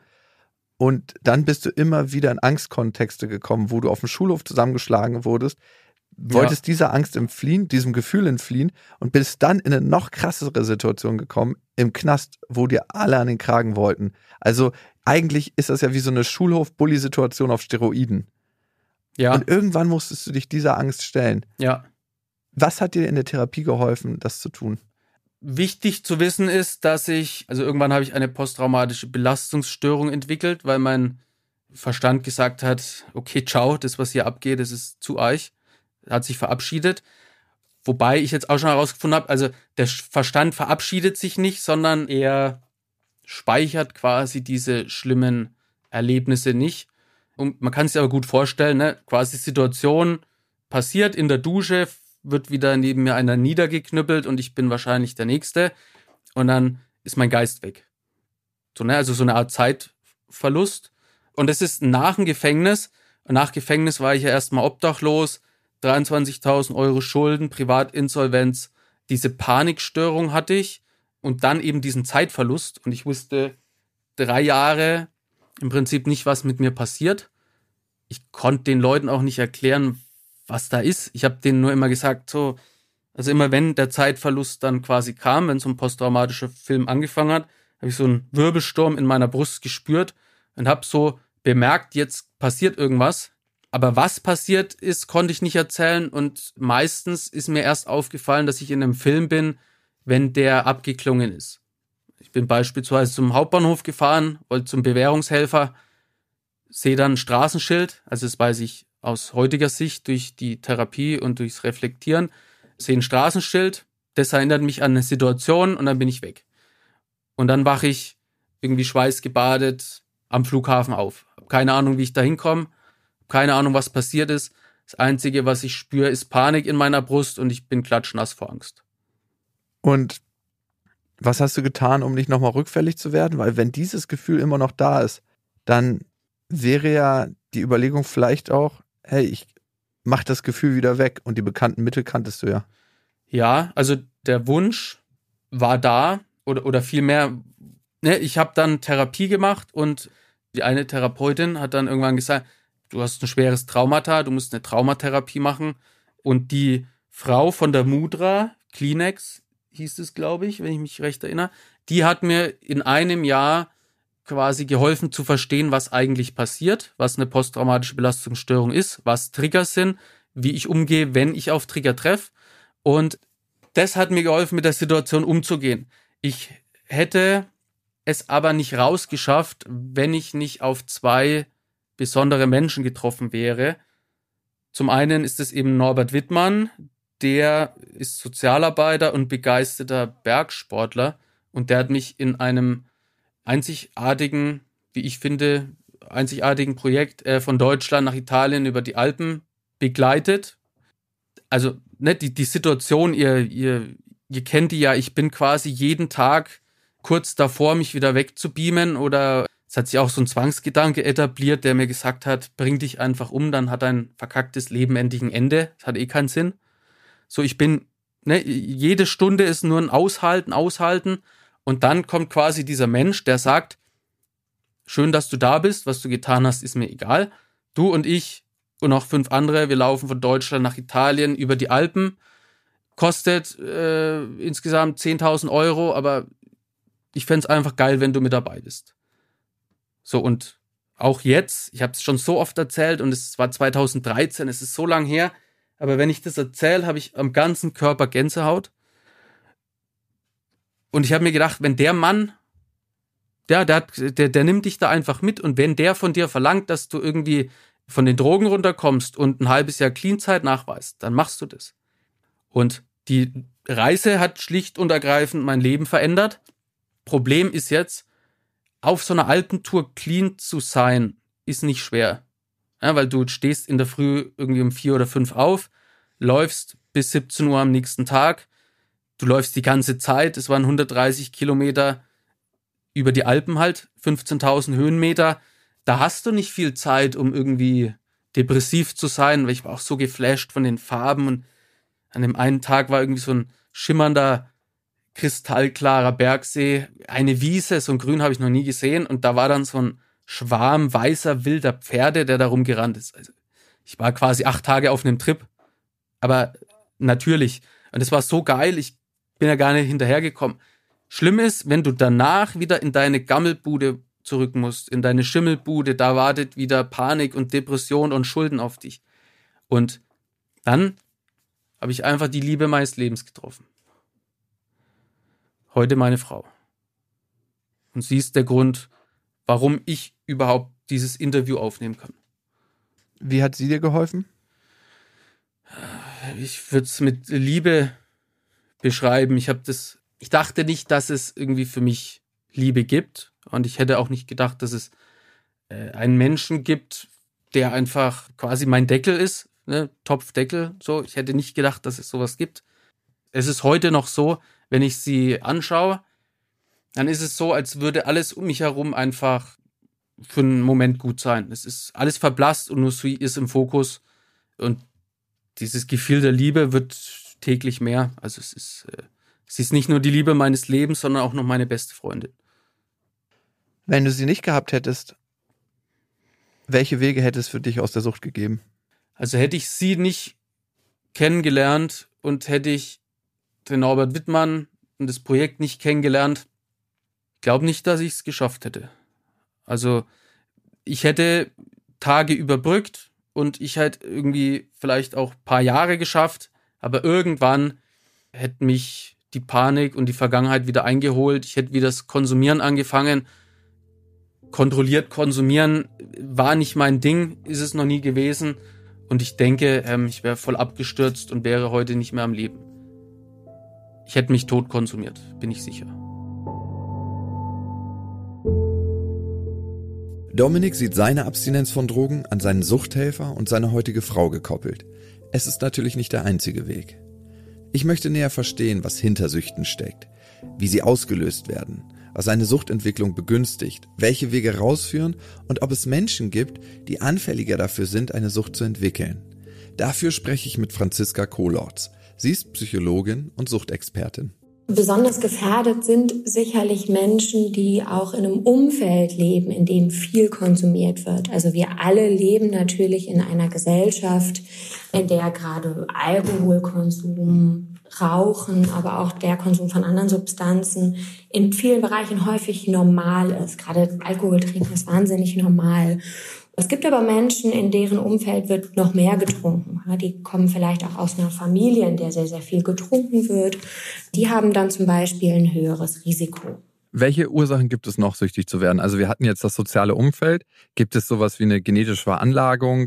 und dann bist du immer wieder in Angstkontexte gekommen, wo du auf dem Schulhof zusammengeschlagen wurdest, wolltest dieser Angst entfliehen, diesem Gefühl entfliehen und bist dann in eine noch krassere Situation gekommen, im Knast, wo dir alle an den Kragen wollten. Also eigentlich ist das ja wie so eine Schulhof-Bully-Situation auf Steroiden. Ja. Und irgendwann musstest du dich dieser Angst stellen. Ja. Was hat dir in der Therapie geholfen, das zu tun? Wichtig zu wissen ist, dass irgendwann habe ich eine posttraumatische Belastungsstörung entwickelt, weil mein Verstand gesagt hat, okay, ciao, das, was hier abgeht, das ist zu arg. Hat sich verabschiedet. Wobei ich jetzt auch schon herausgefunden habe, also der Verstand verabschiedet sich nicht, sondern er speichert quasi diese schlimmen Erlebnisse nicht. Und man kann sich aber gut vorstellen, ne, quasi Situation passiert in der Dusche, wird wieder neben mir einer niedergeknüppelt und ich bin wahrscheinlich der Nächste. Und dann ist mein Geist weg. So, ne, also so eine Art Zeitverlust. Und das ist nach dem Gefängnis. Und nach Gefängnis war ich ja erstmal obdachlos, 23.000 Euro Schulden, Privatinsolvenz. Diese Panikstörung hatte ich und dann eben diesen Zeitverlust. Und ich wusste 3 Jahre im Prinzip nicht, was mit mir passiert. Ich konnte den Leuten auch nicht erklären, was da ist. Ich habe denen nur immer gesagt, so, also immer wenn der Zeitverlust dann quasi kam, wenn so ein posttraumatischer Film angefangen hat, habe ich so einen Wirbelsturm in meiner Brust gespürt und habe so bemerkt, jetzt passiert irgendwas. Aber was passiert ist, konnte ich nicht erzählen und meistens ist mir erst aufgefallen, dass ich in einem Film bin, wenn der abgeklungen ist. Ich bin beispielsweise zum Hauptbahnhof gefahren, wollte zum Bewährungshelfer, sehe dann ein Straßenschild, also das weiß ich aus heutiger Sicht durch die Therapie und durchs Reflektieren, sehe ein Straßenschild, das erinnert mich an eine Situation und dann bin ich weg. Und dann wache ich irgendwie schweißgebadet am Flughafen auf. Hab keine Ahnung, wie ich da hinkomme, keine Ahnung, was passiert ist. Das Einzige, was ich spüre, ist Panik in meiner Brust und ich bin klatschnass vor Angst. Und was hast du getan, um nicht nochmal rückfällig zu werden? Weil wenn dieses Gefühl immer noch da ist, dann wäre ja die Überlegung vielleicht auch, hey, ich macht das Gefühl wieder weg und die bekannten Mittel kanntest du ja. Ja, also der Wunsch war da oder vielmehr, ne, ich habe dann Therapie gemacht und die eine Therapeutin hat dann irgendwann gesagt, du hast ein schweres Traumata, du musst eine Traumatherapie machen. Und die Frau von der Mudra, Kleenex hieß es, glaube ich, wenn ich mich recht erinnere, die hat mir in einem Jahr quasi geholfen zu verstehen, was eigentlich passiert, was eine posttraumatische Belastungsstörung ist, was Trigger sind, wie ich umgehe, wenn ich auf Trigger treffe. Und das hat mir geholfen, mit der Situation umzugehen. Ich hätte es aber nicht rausgeschafft, wenn ich nicht auf 2 besondere Menschen getroffen wäre. Zum einen ist es eben Norbert Wittmann, der ist Sozialarbeiter und begeisterter Bergsportler und der hat mich in einem einzigartigen, wie ich finde, einzigartigen Projekt von Deutschland nach Italien über die Alpen begleitet. Also ne, die Situation, ihr kennt die ja, ich bin quasi jeden Tag kurz davor, mich wieder wegzubeamen oder es hat sich auch so ein Zwangsgedanke etabliert, der mir gesagt hat, bring dich einfach um, dann hat dein verkacktes Leben endlich ein Ende. Das hat keinen Sinn. So, ich bin, ne, jede Stunde ist nur ein Aushalten und dann kommt quasi dieser Mensch, der sagt, schön, dass du da bist, was du getan hast, ist mir egal. Du und ich und noch 5 andere, wir laufen von Deutschland nach Italien über die Alpen, kostet insgesamt 10.000 €, aber ich fände es einfach geil, wenn du mit dabei bist. So, und auch jetzt, ich habe es schon so oft erzählt und es war 2013, es ist so lang her, aber wenn ich das erzähle, habe ich am ganzen Körper Gänsehaut. Und ich habe mir gedacht, wenn der Mann, der nimmt dich da einfach mit und wenn der von dir verlangt, dass du irgendwie von den Drogen runterkommst und ein halbes Jahr Clean-Zeit nachweist, dann machst du das. Und die Reise hat schlicht und ergreifend mein Leben verändert. Problem ist jetzt, auf so einer Alpentour clean zu sein, ist nicht schwer. Ja, weil du stehst in der Früh irgendwie um 4 oder 5 auf, läufst bis 17 Uhr am nächsten Tag, du läufst die ganze Zeit, es waren 130 Kilometer über die Alpen halt, 15.000 Höhenmeter, da hast du nicht viel Zeit, um irgendwie depressiv zu sein, weil ich war auch so geflasht von den Farben und an dem einen Tag war irgendwie so ein schimmernder, kristallklarer Bergsee, eine Wiese, so ein Grün habe ich noch nie gesehen und da war dann so ein Schwarm weißer, wilder Pferde, der da rumgerannt ist. Also ich war quasi 8 Tage auf einem Trip, aber natürlich. Und es war so geil, ich bin ja gar nicht hinterhergekommen. Schlimm ist, wenn du danach wieder in deine Gammelbude zurück musst, in deine Schimmelbude, da wartet wieder Panik und Depression und Schulden auf dich. Und dann habe ich einfach die Liebe meines Lebens getroffen. Heute meine Frau. Und sie ist der Grund, warum ich überhaupt dieses Interview aufnehmen kann. Wie hat sie dir geholfen? Ich würde es mit Liebe beschreiben. Ich dachte nicht, dass es irgendwie für mich Liebe gibt. Und ich hätte auch nicht gedacht, dass es einen Menschen gibt, der einfach quasi mein Deckel ist, ne? Topfdeckel. So. Ich hätte nicht gedacht, dass es sowas gibt. Es ist heute noch so, wenn ich sie anschaue, dann ist es so, als würde alles um mich herum einfach für einen Moment gut sein. Es ist alles verblasst und nur sie ist im Fokus. Und dieses Gefühl der Liebe wird täglich mehr. Also sie ist nicht nur die Liebe meines Lebens, sondern auch noch meine beste Freundin. Wenn du sie nicht gehabt hättest, welche Wege hätte es für dich aus der Sucht gegeben? Also hätte ich sie nicht kennengelernt und hätte ich den Norbert Wittmann und das Projekt nicht kennengelernt, ich glaube nicht, dass ich es geschafft hätte. Also ich hätte Tage überbrückt und ich hätte irgendwie vielleicht auch ein paar Jahre geschafft, aber irgendwann hätte mich die Panik und die Vergangenheit wieder eingeholt. Ich hätte wieder das Konsumieren angefangen. Kontrolliert konsumieren war nicht mein Ding, ist es noch nie gewesen. Und ich denke, ich wäre voll abgestürzt und wäre heute nicht mehr am Leben. Ich hätte mich tot konsumiert, bin ich sicher. Dominik sieht seine Abstinenz von Drogen an seinen Suchthelfer und seine heutige Frau gekoppelt. Es ist natürlich nicht der einzige Weg. Ich möchte näher verstehen, was hinter Süchten steckt, wie sie ausgelöst werden, was eine Suchtentwicklung begünstigt, welche Wege rausführen und ob es Menschen gibt, die anfälliger dafür sind, eine Sucht zu entwickeln. Dafür spreche ich mit Franziska Kohlorz. Sie ist Psychologin und Suchtexpertin. Besonders gefährdet sind sicherlich Menschen, die auch in einem Umfeld leben, in dem viel konsumiert wird. Also wir alle leben natürlich in einer Gesellschaft, in der gerade Alkoholkonsum, Rauchen, aber auch der Konsum von anderen Substanzen in vielen Bereichen häufig normal ist. Gerade Alkohol trinken ist wahnsinnig normal. Es gibt aber Menschen, in deren Umfeld wird noch mehr getrunken. Die kommen vielleicht auch aus einer Familie, in der sehr, sehr viel getrunken wird. Die haben dann zum Beispiel ein höheres Risiko. Welche Ursachen gibt es noch, süchtig zu werden? Also wir hatten jetzt das soziale Umfeld. Gibt es sowas wie eine genetische Veranlagung,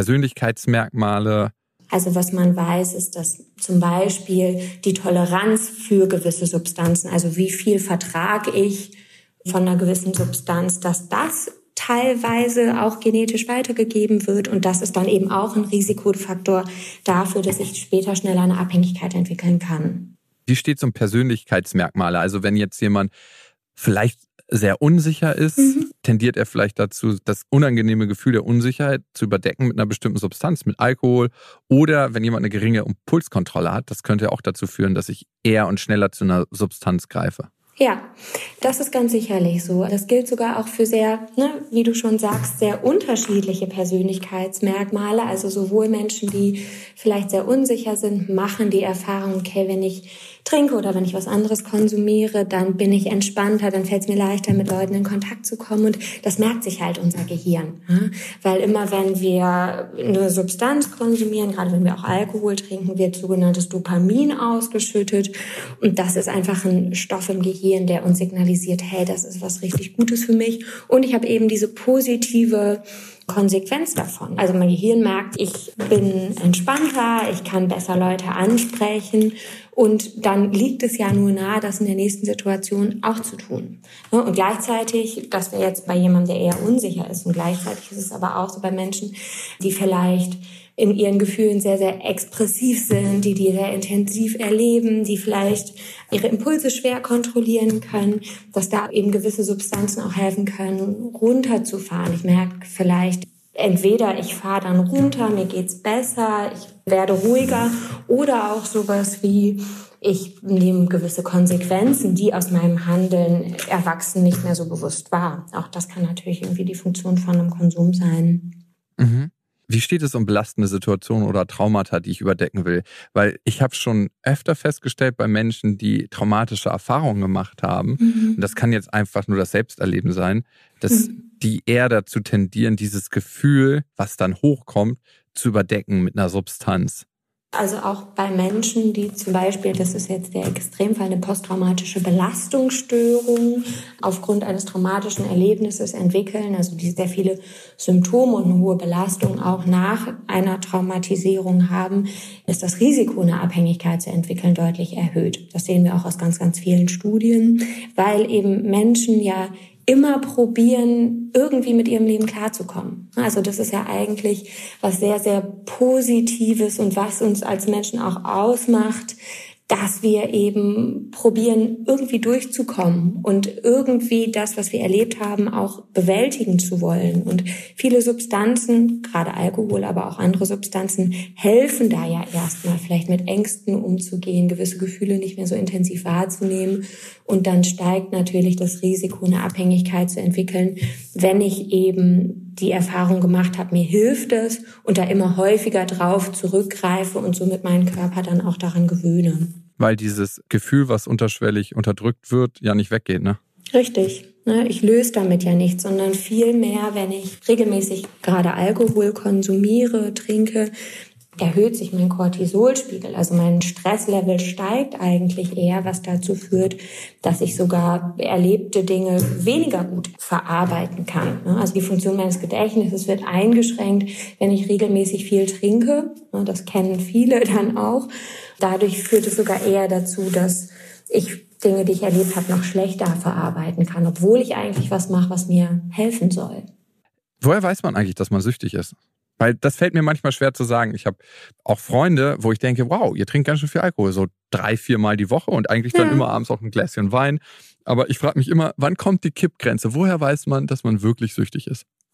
Persönlichkeitsmerkmale? Also was man weiß, ist, dass zum Beispiel die Toleranz für gewisse Substanzen, also wie viel vertrage ich von einer gewissen Substanz, dass das teilweise auch genetisch weitergegeben wird. Und das ist dann eben auch ein Risikofaktor dafür, dass ich später schneller eine Abhängigkeit entwickeln kann. Wie steht es um Persönlichkeitsmerkmale? Also wenn jetzt jemand vielleicht sehr unsicher ist, tendiert er vielleicht dazu, das unangenehme Gefühl der Unsicherheit zu überdecken mit einer bestimmten Substanz, mit Alkohol. Oder wenn jemand eine geringe Impulskontrolle hat, das könnte auch dazu führen, dass ich eher und schneller zu einer Substanz greife. Ja, das ist ganz sicherlich so. Das gilt sogar auch für sehr, wie du schon sagst, sehr unterschiedliche Persönlichkeitsmerkmale. Also sowohl Menschen, die vielleicht sehr unsicher sind, machen die Erfahrung, okay, wenn ich trinke oder wenn ich was anderes konsumiere, dann bin ich entspannter, dann fällt es mir leichter, mit Leuten in Kontakt zu kommen. Und das merkt sich halt unser Gehirn. Weil immer, wenn wir eine Substanz konsumieren, gerade wenn wir auch Alkohol trinken, wird sogenanntes Dopamin ausgeschüttet. Und das ist einfach ein Stoff im Gehirn, der uns signalisiert, hey, das ist was richtig Gutes für mich. Und ich habe eben diese positive Konsequenz davon. Also mein Gehirn merkt, ich bin entspannter, ich kann besser Leute ansprechen und dann liegt es ja nur nahe, das in der nächsten Situation auch zu tun. Und gleichzeitig, das wäre jetzt bei jemandem, der eher unsicher ist, und gleichzeitig ist es aber auch so bei Menschen, die vielleicht in ihren Gefühlen sehr, sehr expressiv sind, die sehr intensiv erleben, die vielleicht ihre Impulse schwer kontrollieren können, dass da eben gewisse Substanzen auch helfen können, runterzufahren. Ich merke vielleicht, entweder ich fahre dann runter, mir geht's besser, ich werde ruhiger, oder auch sowas wie, ich nehme gewisse Konsequenzen, die aus meinem Handeln erwachsen nicht mehr so bewusst wahr. Auch das kann natürlich irgendwie die Funktion von einem Konsum sein. Mhm. Wie steht es um belastende Situationen oder Traumata, die ich überdecken will? Weil ich habe schon öfter festgestellt bei Menschen, die traumatische Erfahrungen gemacht haben, und das kann jetzt einfach nur das Selbsterleben sein, dass die eher dazu tendieren, dieses Gefühl, was dann hochkommt, zu überdecken mit einer Substanz. Also auch bei Menschen, die zum Beispiel, das ist jetzt der Extremfall, eine posttraumatische Belastungsstörung aufgrund eines traumatischen Erlebnisses entwickeln, also die sehr viele Symptome und eine hohe Belastung auch nach einer Traumatisierung haben, ist das Risiko, eine Abhängigkeit zu entwickeln, deutlich erhöht. Das sehen wir auch aus ganz, ganz vielen Studien, weil eben Menschen ja immer probieren, irgendwie mit ihrem Leben klarzukommen. Also das ist ja eigentlich was sehr, sehr Positives und was uns als Menschen auch ausmacht, dass wir eben probieren, irgendwie durchzukommen und irgendwie das, was wir erlebt haben, auch bewältigen zu wollen. Und viele Substanzen, gerade Alkohol, aber auch andere Substanzen, helfen da ja erstmal, vielleicht mit Ängsten umzugehen, gewisse Gefühle nicht mehr so intensiv wahrzunehmen. Und dann steigt natürlich das Risiko, eine Abhängigkeit zu entwickeln, wenn ich eben die Erfahrung gemacht habe, mir hilft es und da immer häufiger drauf zurückgreife und somit meinen Körper dann auch daran gewöhne. Weil dieses Gefühl, was unterschwellig unterdrückt wird, ja nicht weggeht, ne? Richtig. Ich löse damit ja nichts, sondern vielmehr, wenn ich regelmäßig gerade Alkohol konsumiere, trinke, erhöht sich mein Cortisolspiegel, also mein Stresslevel steigt eigentlich eher, was dazu führt, dass ich sogar erlebte Dinge weniger gut verarbeiten kann. Also die Funktion meines Gedächtnisses wird eingeschränkt, wenn ich regelmäßig viel trinke. Das kennen viele dann auch. Dadurch führt es sogar eher dazu, dass ich Dinge, die ich erlebt habe, noch schlechter verarbeiten kann, obwohl ich eigentlich was mache, was mir helfen soll. Woher weiß man eigentlich, dass man süchtig ist? Weil das fällt mir manchmal schwer zu sagen. Ich habe auch Freunde, wo ich denke, wow, ihr trinkt ganz schön viel Alkohol, so 3-4 Mal die Woche und eigentlich dann immer abends auch ein Gläschen Wein. Aber ich frage mich immer, wann kommt die Kippgrenze? Woher weiß man, dass man wirklich süchtig ist?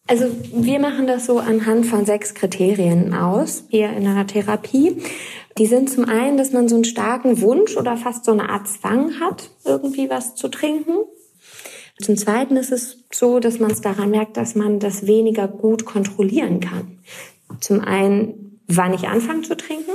Also wir machen das so anhand von 6 Kriterien aus, hier in einer Therapie. Die sind zum einen, dass man so einen starken Wunsch oder fast so eine Art Zwang hat, irgendwie was zu trinken. Zum Zweiten ist es so, dass man es daran merkt, dass man das weniger gut kontrollieren kann. Zum einen, wann ich anfange zu trinken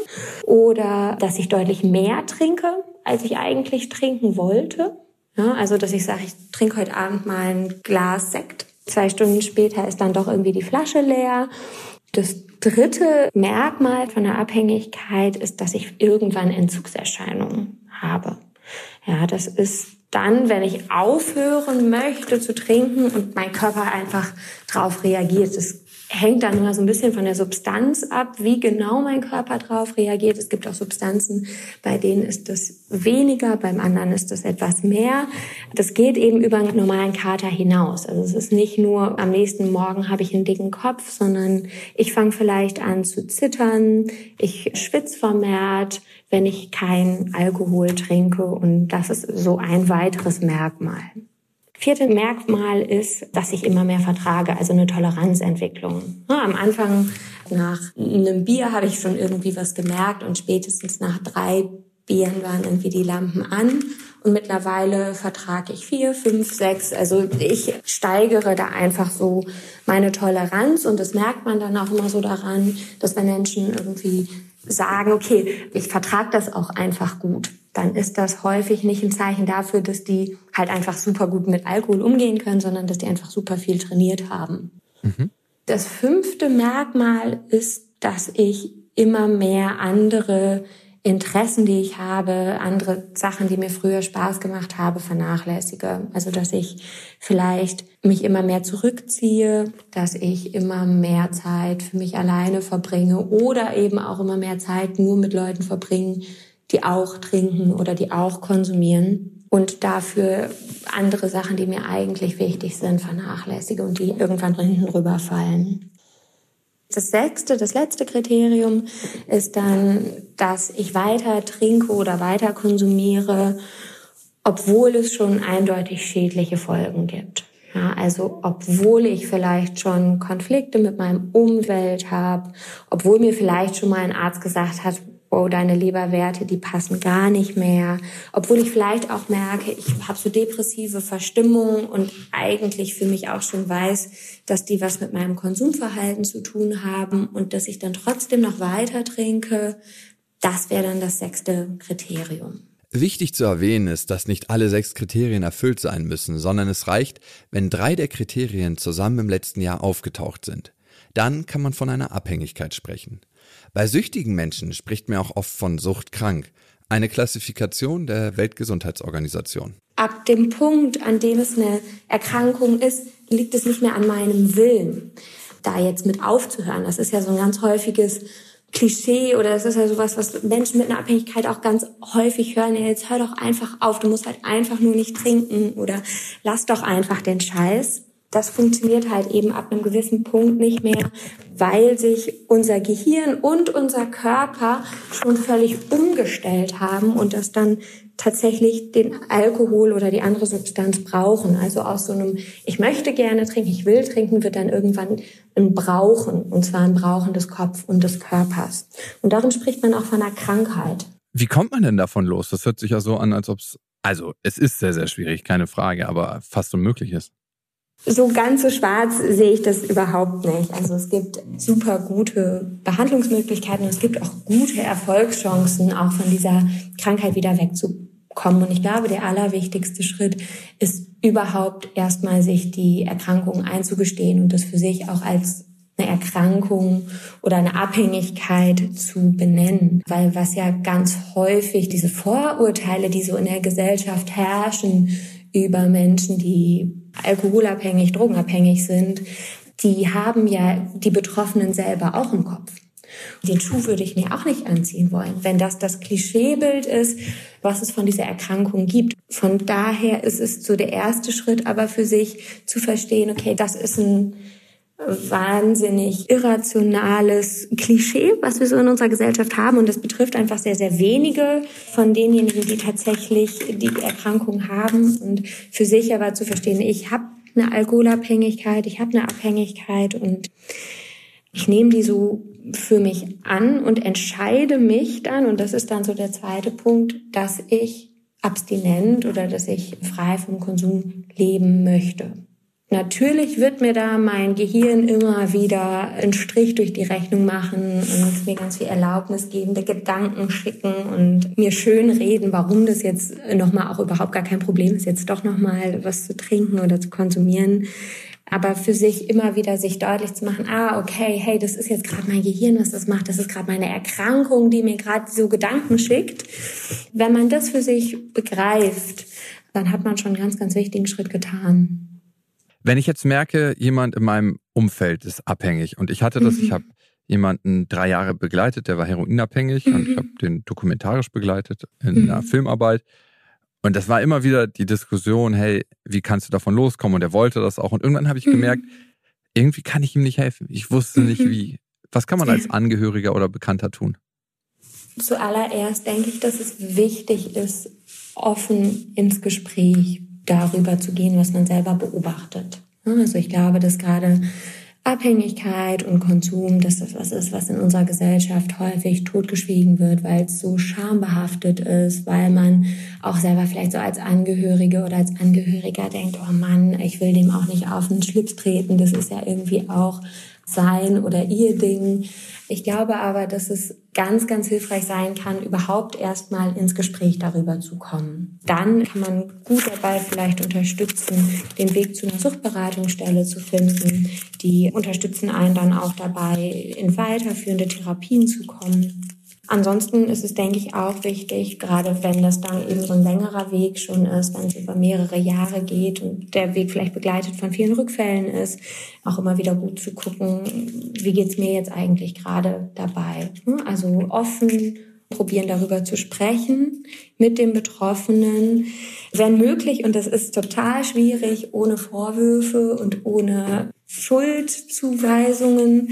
oder dass ich deutlich mehr trinke, als ich eigentlich trinken wollte. Ja, also dass ich sage, ich trinke heute Abend mal ein Glas Sekt. 2 Stunden später ist dann doch irgendwie die Flasche leer. Das dritte Merkmal von der Abhängigkeit ist, dass ich irgendwann Entzugserscheinungen habe. Ja, das ist dann, wenn ich aufhören möchte zu trinken und mein Körper einfach drauf reagiert. Das hängt dann immer so ein bisschen von der Substanz ab, wie genau mein Körper drauf reagiert. Es gibt auch Substanzen, bei denen ist das weniger, beim anderen ist das etwas mehr. Das geht eben über einen normalen Kater hinaus. Also es ist nicht nur, am nächsten Morgen habe ich einen dicken Kopf, sondern ich fange vielleicht an zu zittern, ich schwitze vermehrt, wenn ich keinen Alkohol trinke. Und das ist so ein weiteres Merkmal. 4. Merkmal ist, dass ich immer mehr vertrage, also eine Toleranzentwicklung. Ja, am Anfang nach einem Bier habe ich schon irgendwie was gemerkt und spätestens nach 3 Bieren waren irgendwie die Lampen an. Und mittlerweile vertrage ich 4, 5, 6. Also ich steigere da einfach so meine Toleranz und das merkt man dann auch immer so daran, dass wenn Menschen irgendwie sagen, okay, ich vertrage das auch einfach gut, dann ist das häufig nicht ein Zeichen dafür, dass die halt einfach super gut mit Alkohol umgehen können, sondern dass die einfach super viel trainiert haben. Mhm. Das 5. Merkmal ist, dass ich immer mehr andere Interessen, die ich habe, andere Sachen, die mir früher Spaß gemacht haben, vernachlässige. Also dass ich vielleicht mich immer mehr zurückziehe, dass ich immer mehr Zeit für mich alleine verbringe oder eben auch immer mehr Zeit nur mit Leuten verbringe, die auch trinken oder die auch konsumieren und dafür andere Sachen, die mir eigentlich wichtig sind, vernachlässige und die irgendwann hinten rüberfallen. Das 6., das letzte Kriterium ist dann, dass ich weiter trinke oder weiter konsumiere, obwohl es schon eindeutig schädliche Folgen gibt. Ja, also obwohl ich vielleicht schon Konflikte mit meinem Umfeld habe, obwohl mir vielleicht schon mal ein Arzt gesagt hat, oh, deine Leberwerte, die passen gar nicht mehr. Obwohl ich vielleicht auch merke, ich habe so depressive Verstimmungen und eigentlich für mich auch schon weiß, dass die was mit meinem Konsumverhalten zu tun haben und dass ich dann trotzdem noch weiter trinke. Das wäre dann das 6. Kriterium. Wichtig zu erwähnen ist, dass nicht alle 6 Kriterien erfüllt sein müssen, sondern es reicht, wenn 3 der Kriterien zusammen im letzten Jahr aufgetaucht sind. Dann kann man von einer Abhängigkeit sprechen. Bei süchtigen Menschen spricht man auch oft von suchtkrank, eine Klassifikation der Weltgesundheitsorganisation. Ab dem Punkt, an dem es eine Erkrankung ist, liegt es nicht mehr an meinem Willen, da jetzt mit aufzuhören. Das ist ja so ein ganz häufiges Klischee oder das ist ja sowas, was Menschen mit einer Abhängigkeit auch ganz häufig hören. Ja, jetzt hör doch einfach auf, du musst halt einfach nur nicht trinken oder lass doch einfach den Scheiß. Das funktioniert halt eben ab einem gewissen Punkt nicht mehr, weil sich unser Gehirn und unser Körper schon völlig umgestellt haben und das dann tatsächlich den Alkohol oder die andere Substanz brauchen. Also aus so einem ich möchte gerne trinken, ich will trinken, wird dann irgendwann ein Brauchen, und zwar ein Brauchen des Kopf und des Körpers. Und darin spricht man auch von einer Krankheit. Wie kommt man denn davon los? Das hört sich ja so an, als ob es ist sehr, sehr schwierig, keine Frage, aber fast unmöglich ist. So ganz so schwarz sehe ich das überhaupt nicht. Also es gibt super gute Behandlungsmöglichkeiten und es gibt auch gute Erfolgschancen, auch von dieser Krankheit wieder wegzukommen. Und ich glaube, der allerwichtigste Schritt ist überhaupt erstmal sich die Erkrankung einzugestehen und das für sich auch als eine Erkrankung oder eine Abhängigkeit zu benennen. Weil was ja ganz häufig diese Vorurteile, die so in der Gesellschaft herrschen über Menschen, die alkoholabhängig, drogenabhängig sind, die haben ja die Betroffenen selber auch im Kopf. Den Schuh würde ich mir auch nicht anziehen wollen, wenn das Klischeebild ist, was es von dieser Erkrankung gibt. Von daher ist es so der erste Schritt, aber für sich zu verstehen, okay, das ist ein wahnsinnig irrationales Klischee, was wir so in unserer Gesellschaft haben. Und das betrifft einfach sehr, sehr wenige von denjenigen, die tatsächlich die Erkrankung haben. Und für sich aber zu verstehen, ich habe eine Alkoholabhängigkeit, ich habe eine Abhängigkeit und ich nehme die so für mich an und entscheide mich dann, und das ist dann so der zweite Punkt, dass ich abstinent oder dass ich frei vom Konsum leben möchte. Natürlich wird mir da mein Gehirn immer wieder einen Strich durch die Rechnung machen und mir ganz viel erlaubnisgebende Gedanken schicken und mir schön reden, warum das jetzt nochmal auch überhaupt gar kein Problem ist, jetzt doch nochmal was zu trinken oder zu konsumieren. Aber für sich immer wieder sich deutlich zu machen, okay, hey, das ist jetzt gerade mein Gehirn, was das macht, das ist gerade meine Erkrankung, die mir gerade so Gedanken schickt. Wenn man das für sich begreift, dann hat man schon einen ganz, ganz wichtigen Schritt getan. Wenn ich jetzt merke, jemand in meinem Umfeld ist abhängig und ich hatte das, ich habe jemanden 3 Jahre begleitet, der war heroinabhängig und ich habe den dokumentarisch begleitet in einer Filmarbeit. Und das war immer wieder die Diskussion, hey, wie kannst du davon loskommen? Und er wollte das auch. Und irgendwann habe ich gemerkt, irgendwie kann ich ihm nicht helfen. Ich wusste nicht wie. Was kann man als Angehöriger oder Bekannter tun? Zuallererst denke ich, dass es wichtig ist, offen ins Gespräch darüber zu gehen, was man selber beobachtet. Also ich glaube, dass gerade Abhängigkeit und Konsum, dass das was ist, was in unserer Gesellschaft häufig totgeschwiegen wird, weil es so schambehaftet ist, weil man auch selber vielleicht so als Angehörige oder als Angehöriger denkt, oh Mann, ich will dem auch nicht auf den Schlips treten, das ist ja irgendwie auch sein oder ihr Ding. Ich glaube aber, dass es ganz, ganz hilfreich sein kann, überhaupt erstmal ins Gespräch darüber zu kommen. Dann kann man gut dabei vielleicht unterstützen, den Weg zu einer Suchtberatungsstelle zu finden. Die unterstützen einen dann auch dabei, in weiterführende Therapien zu kommen. Ansonsten ist es, denke ich, auch wichtig, gerade wenn das dann eben so ein längerer Weg schon ist, wenn es über mehrere Jahre geht und der Weg vielleicht begleitet von vielen Rückfällen ist, auch immer wieder gut zu gucken, wie geht's mir jetzt eigentlich gerade dabei. Also offen probieren, darüber zu sprechen mit dem Betroffenen, wenn möglich, und das ist total schwierig, ohne Vorwürfe und ohne Schuldzuweisungen,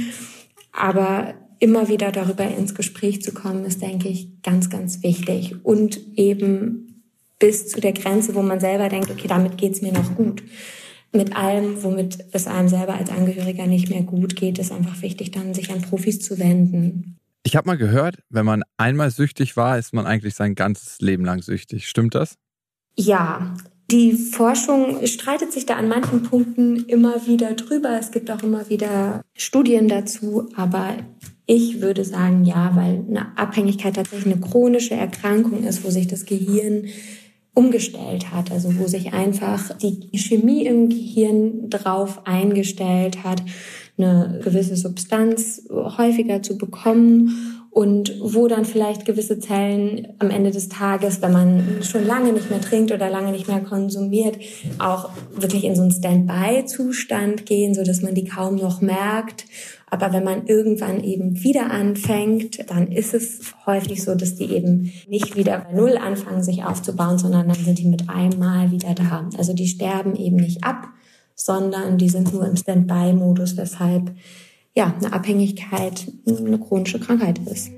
aber immer wieder darüber ins Gespräch zu kommen, ist, denke ich, ganz, ganz wichtig. Und eben bis zu der Grenze, wo man selber denkt, okay, damit geht's mir noch gut. Mit allem, womit es einem selber als Angehöriger nicht mehr gut geht, ist einfach wichtig, dann sich an Profis zu wenden. Ich habe mal gehört, wenn man einmal süchtig war, ist man eigentlich sein ganzes Leben lang süchtig. Stimmt das? Ja, die Forschung streitet sich da an manchen Punkten immer wieder drüber. Es gibt auch immer wieder Studien dazu, aber ich würde sagen, ja, weil eine Abhängigkeit tatsächlich eine chronische Erkrankung ist, wo sich das Gehirn umgestellt hat, also wo sich einfach die Chemie im Gehirn drauf eingestellt hat, eine gewisse Substanz häufiger zu bekommen und wo dann vielleicht gewisse Zellen am Ende des Tages, wenn man schon lange nicht mehr trinkt oder lange nicht mehr konsumiert, auch wirklich in so einen Standby-Zustand gehen, so dass man die kaum noch merkt. Aber wenn man irgendwann eben wieder anfängt, dann ist es häufig so, dass die eben nicht wieder bei Null anfangen, sich aufzubauen, sondern dann sind die mit einem Mal wieder da. Also die sterben eben nicht ab, sondern die sind nur im Standby-Modus, weshalb ja eine Abhängigkeit eine chronische Krankheit ist.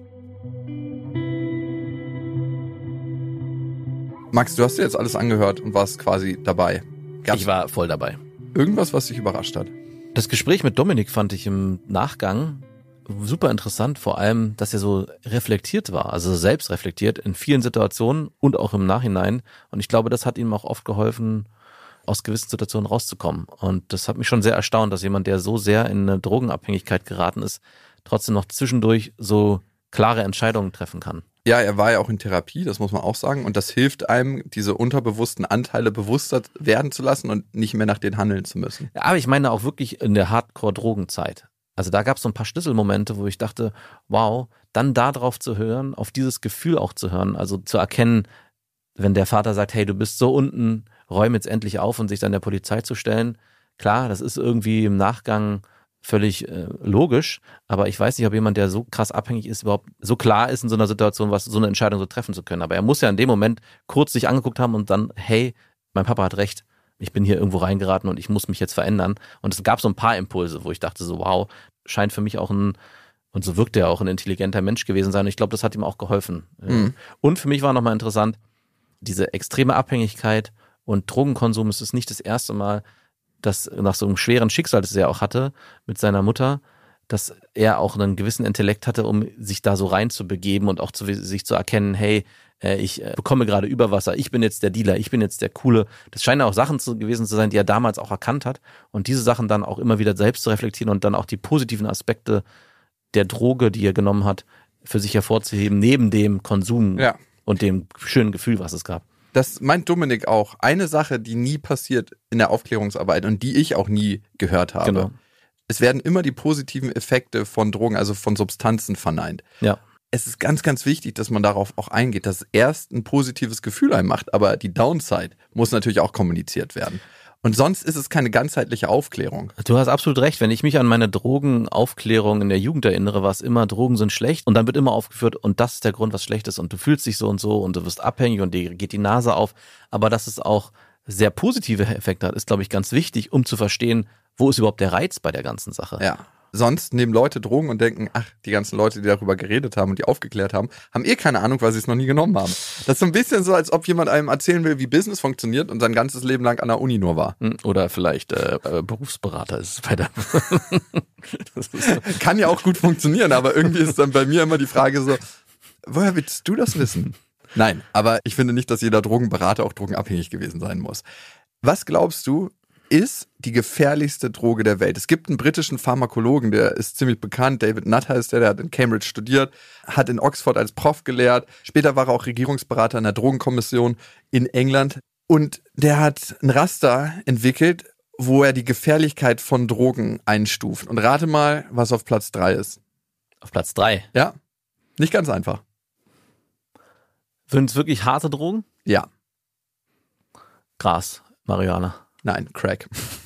Max, du hast dir jetzt alles angehört und warst quasi dabei. Ich war voll dabei. Irgendwas, was dich überrascht hat? Das Gespräch mit Dominik fand ich im Nachgang super interessant, vor allem, dass er so reflektiert war, also selbst reflektiert in vielen Situationen und auch im Nachhinein. Und ich glaube, das hat ihm auch oft geholfen, aus gewissen Situationen rauszukommen. Und das hat mich schon sehr erstaunt, dass jemand, der so sehr in eine Drogenabhängigkeit geraten ist, trotzdem noch zwischendurch so klare Entscheidungen treffen kann. Ja, er war ja auch in Therapie, das muss man auch sagen. Und das hilft einem, diese unterbewussten Anteile bewusster werden zu lassen und nicht mehr nach denen handeln zu müssen. Ja, aber ich meine auch wirklich in der Hardcore-Drogenzeit. Also da gab es so ein paar Schlüsselmomente, wo ich dachte, wow, dann da drauf zu hören, auf dieses Gefühl auch zu hören, also zu erkennen, wenn der Vater sagt, hey, du bist so unten, räum jetzt endlich auf und sich dann der Polizei zu stellen. Klar, das ist irgendwie im Nachgang völlig logisch, aber ich weiß nicht, ob jemand, der so krass abhängig ist, überhaupt so klar ist in so einer Situation, was so eine Entscheidung so treffen zu können. Aber er muss ja in dem Moment kurz sich angeguckt haben und dann, hey, mein Papa hat recht, ich bin hier irgendwo reingeraten und ich muss mich jetzt verändern. Und es gab so ein paar Impulse, wo ich dachte so, wow, scheint für mich auch und so wirkt er auch ein intelligenter Mensch gewesen sein. Und ich glaube, das hat ihm auch geholfen. Mhm. Und für mich war nochmal interessant, diese extreme Abhängigkeit und Drogenkonsum, es ist nicht das erste Mal, dass nach so einem schweren Schicksal, das er auch hatte mit seiner Mutter, dass er auch einen gewissen Intellekt hatte, um sich da so reinzubegeben und auch sich zu erkennen, hey, ich bekomme gerade Überwasser, ich bin jetzt der Dealer, ich bin jetzt der Coole. Das scheinen auch Sachen gewesen zu sein, die er damals auch erkannt hat und diese Sachen dann auch immer wieder selbst zu reflektieren und dann auch die positiven Aspekte der Droge, die er genommen hat, für sich hervorzuheben, neben dem Konsum und dem schönen Gefühl, was es gab. Das meint Dominik auch. Eine Sache, die nie passiert in der Aufklärungsarbeit und die ich auch nie gehört habe. Genau. Es werden immer die positiven Effekte von Drogen, also von Substanzen verneint. Ja. Es ist ganz, ganz wichtig, dass man darauf auch eingeht, dass es erst ein positives Gefühl einem macht, aber die Downside muss natürlich auch kommuniziert werden. Und sonst ist es keine ganzheitliche Aufklärung. Du hast absolut recht. Wenn ich mich an meine Drogenaufklärung in der Jugend erinnere, war es immer, Drogen sind schlecht und dann wird immer aufgeführt und das ist der Grund, was schlecht ist und du fühlst dich so und du wirst abhängig und dir geht die Nase auf. Aber dass es auch sehr positive Effekte hat, ist, glaube ich, ganz wichtig, um zu verstehen, wo ist überhaupt der Reiz bei der ganzen Sache. Ja. Sonst nehmen Leute Drogen und denken, ach, die ganzen Leute, die darüber geredet haben und die aufgeklärt haben, haben keine Ahnung, weil sie es noch nie genommen haben. Das ist so ein bisschen so, als ob jemand einem erzählen will, wie Business funktioniert und sein ganzes Leben lang an der Uni nur war. Oder vielleicht Berufsberater ist es bei der... Das ist so. Kann ja auch gut funktionieren, aber irgendwie ist dann bei mir immer die Frage so, woher willst du das wissen? Nein, aber ich finde nicht, dass jeder Drogenberater auch drogenabhängig gewesen sein muss. Was glaubst du, ist die gefährlichste Droge der Welt? Es gibt einen britischen Pharmakologen, der ist ziemlich bekannt, David Nutt heißt der hat in Cambridge studiert, hat in Oxford als Prof gelehrt, später war er auch Regierungsberater in der Drogenkommission in England und der hat ein Raster entwickelt, wo er die Gefährlichkeit von Drogen einstuft. Und rate mal, was auf Platz 3 ist. Auf Platz 3? Ja, nicht ganz einfach. Sind es wirklich harte Drogen? Ja. Gras, Marihuana. Nein, Crack.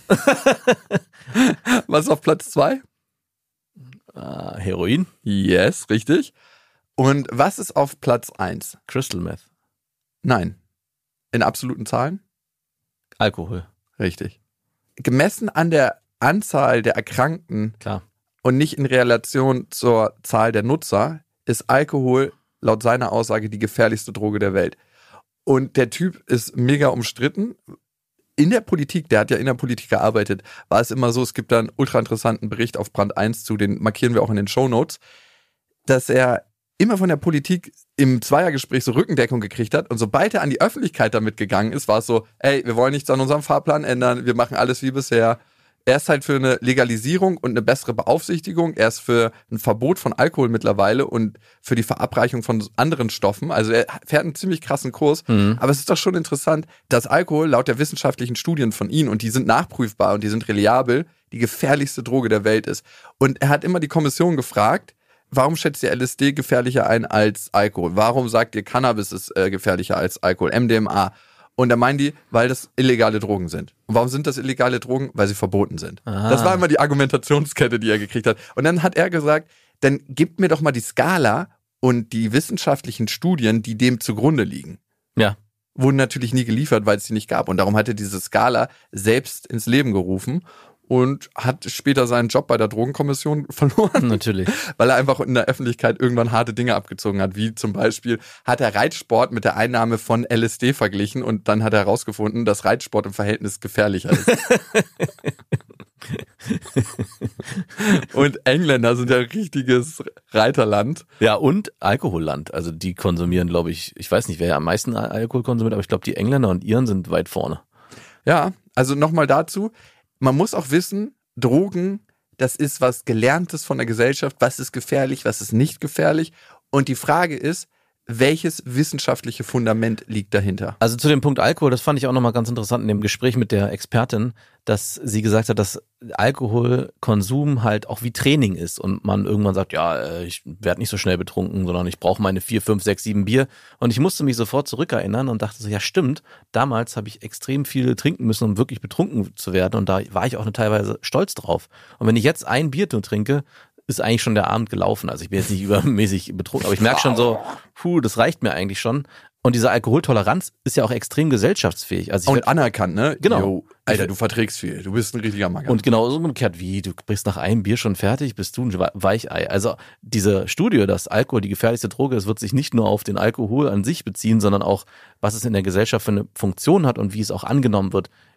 Was auf Platz 2? Heroin. Yes, richtig. Und was ist auf Platz 1? Crystal Meth. Nein. In absoluten Zahlen? Alkohol. Richtig. Gemessen an der Anzahl der Erkrankten Klar. Und nicht in Relation zur Zahl der Nutzer ist Alkohol laut seiner Aussage die gefährlichste Droge der Welt. Und der Typ ist mega umstritten. In der Politik, der hat ja in der Politik gearbeitet, war es immer so, es gibt da einen ultra interessanten Bericht auf Brand 1 zu, den markieren wir auch in den Shownotes, dass er immer von der Politik im Zweiergespräch so Rückendeckung gekriegt hat und sobald er an die Öffentlichkeit damit gegangen ist, war es so, ey, wir wollen nichts an unserem Fahrplan ändern, wir machen alles wie bisher. Er ist halt für eine Legalisierung und eine bessere Beaufsichtigung. Er ist für ein Verbot von Alkohol mittlerweile und für die Verabreichung von anderen Stoffen. Also er fährt einen ziemlich krassen Kurs. Aber es ist doch schon interessant, dass Alkohol laut der wissenschaftlichen Studien von ihm, und die sind nachprüfbar und die sind reliabel, die gefährlichste Droge der Welt ist. Und er hat immer die Kommission gefragt, warum schätzt ihr LSD gefährlicher ein als Alkohol? Warum sagt ihr, Cannabis ist gefährlicher als Alkohol, MDMA? Und da meinen die, weil das illegale Drogen sind. Und warum sind das illegale Drogen? Weil sie verboten sind. Aha. Das war immer die Argumentationskette, die er gekriegt hat. Und dann hat er gesagt, dann gebt mir doch mal die Skala und die wissenschaftlichen Studien, die dem zugrunde liegen. Ja. Wurden natürlich nie geliefert, weil es sie nicht gab. Und darum hat er diese Skala selbst ins Leben gerufen und hat später seinen Job bei der Drogenkommission verloren. Natürlich. Weil er einfach in der Öffentlichkeit irgendwann harte Dinge abgezogen hat, wie zum Beispiel hat er Reitsport mit der Einnahme von LSD verglichen und dann hat er herausgefunden, dass Reitsport im Verhältnis gefährlicher ist. Und Engländer sind ja ein richtiges Reiterland. Ja, und Alkoholland. Also die konsumieren, glaube ich weiß nicht, wer am meisten Alkohol konsumiert, aber ich glaube, die Engländer und Iren sind weit vorne. Ja, also nochmal dazu, man muss auch wissen, Drogen, das ist was Gelerntes von der Gesellschaft, was ist gefährlich, was ist nicht gefährlich. Und die Frage ist, welches wissenschaftliche Fundament liegt dahinter? Also zu dem Punkt Alkohol, das fand ich auch nochmal ganz interessant in dem Gespräch mit der Expertin, dass sie gesagt hat, dass Alkoholkonsum halt auch wie Training ist und man irgendwann sagt, ja, ich werde nicht so schnell betrunken, sondern ich brauche meine 4, 5, 6, 7 Bier. Und ich musste mich sofort zurückerinnern und dachte so, ja stimmt, damals habe ich extrem viel trinken müssen, um wirklich betrunken zu werden und da war ich auch teilweise stolz drauf. Und wenn ich jetzt ein Bier nur trinke, ist eigentlich schon der Abend gelaufen. Also ich bin jetzt nicht übermäßig betrunken, aber ich merke schon so, das reicht mir eigentlich schon. Und diese Alkoholtoleranz ist ja auch extrem gesellschaftsfähig. Also und anerkannt, ne? Genau. Yo, Alter, du verträgst viel. Du bist ein richtiger Macker. Und genau so umgekehrt wie, du bist nach einem Bier schon fertig, bist du ein Weichei. Also diese Studie, dass Alkohol die gefährlichste Droge ist, wird sich nicht nur auf den Alkohol an sich beziehen, sondern auch, was es in der Gesellschaft für eine Funktion hat und wie es auch angenommen wird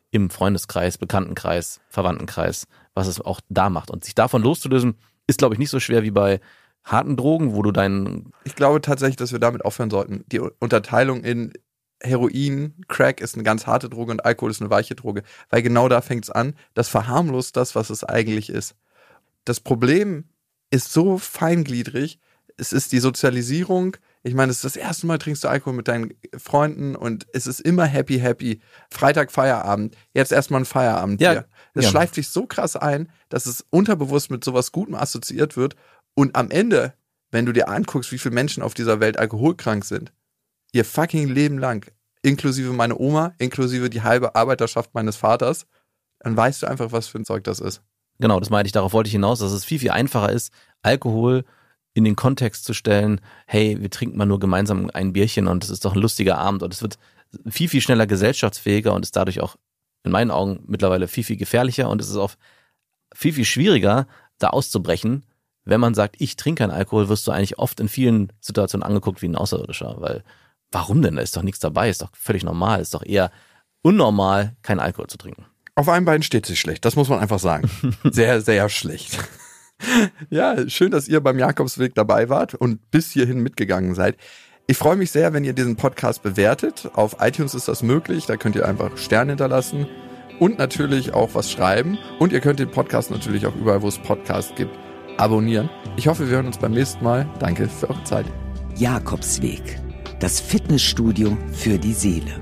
im Freundeskreis, Bekanntenkreis, Verwandtenkreis, was es auch da macht. Und sich davon loszulösen, ist, glaube ich, nicht so schwer wie bei harten Drogen, wo du Ich glaube tatsächlich, dass wir damit aufhören sollten. Die Unterteilung in Heroin, Crack ist eine ganz harte Droge und Alkohol ist eine weiche Droge. Weil genau da fängt es an. Das verharmlost das, was es eigentlich ist. Das Problem ist so feingliedrig. Es ist die Sozialisierung. Ich meine, es ist das erste Mal, trinkst du Alkohol mit deinen Freunden und es ist immer happy. Freitag Feierabend, jetzt erstmal ein Feierabendbier. Ja, Es ja. schleift dich so krass ein, dass es unterbewusst mit sowas Gutem assoziiert wird. Und am Ende, wenn du dir anguckst, wie viele Menschen auf dieser Welt alkoholkrank sind, ihr fucking Leben lang, inklusive meine Oma, inklusive die halbe Arbeiterschaft meines Vaters, dann weißt du einfach, was für ein Zeug das ist. Genau, das meinte ich, darauf wollte ich hinaus, dass es viel, viel einfacher ist, Alkohol in den Kontext zu stellen, hey, wir trinken mal nur gemeinsam ein Bierchen und es ist doch ein lustiger Abend und es wird viel, viel schneller gesellschaftsfähiger und ist dadurch auch in meinen Augen mittlerweile viel, viel gefährlicher und es ist auch viel, viel schwieriger, da auszubrechen. Wenn man sagt, ich trinke keinen Alkohol, wirst du eigentlich oft in vielen Situationen angeguckt wie ein Außerirdischer, weil warum denn? Da ist doch nichts dabei, ist doch völlig normal, ist doch eher unnormal, keinen Alkohol zu trinken. Auf einem Bein steht sich schlecht, das muss man einfach sagen. Sehr, sehr schlecht. Ja, schön, dass ihr beim Jakobsweg dabei wart und bis hierhin mitgegangen seid. Ich freue mich sehr, wenn ihr diesen Podcast bewertet. Auf iTunes ist das möglich, da könnt ihr einfach Sterne hinterlassen und natürlich auch was schreiben. Und ihr könnt den Podcast natürlich auch überall, wo es Podcasts gibt, abonnieren. Ich hoffe, wir hören uns beim nächsten Mal. Danke für eure Zeit. Jakobsweg, das Fitnessstudio für die Seele.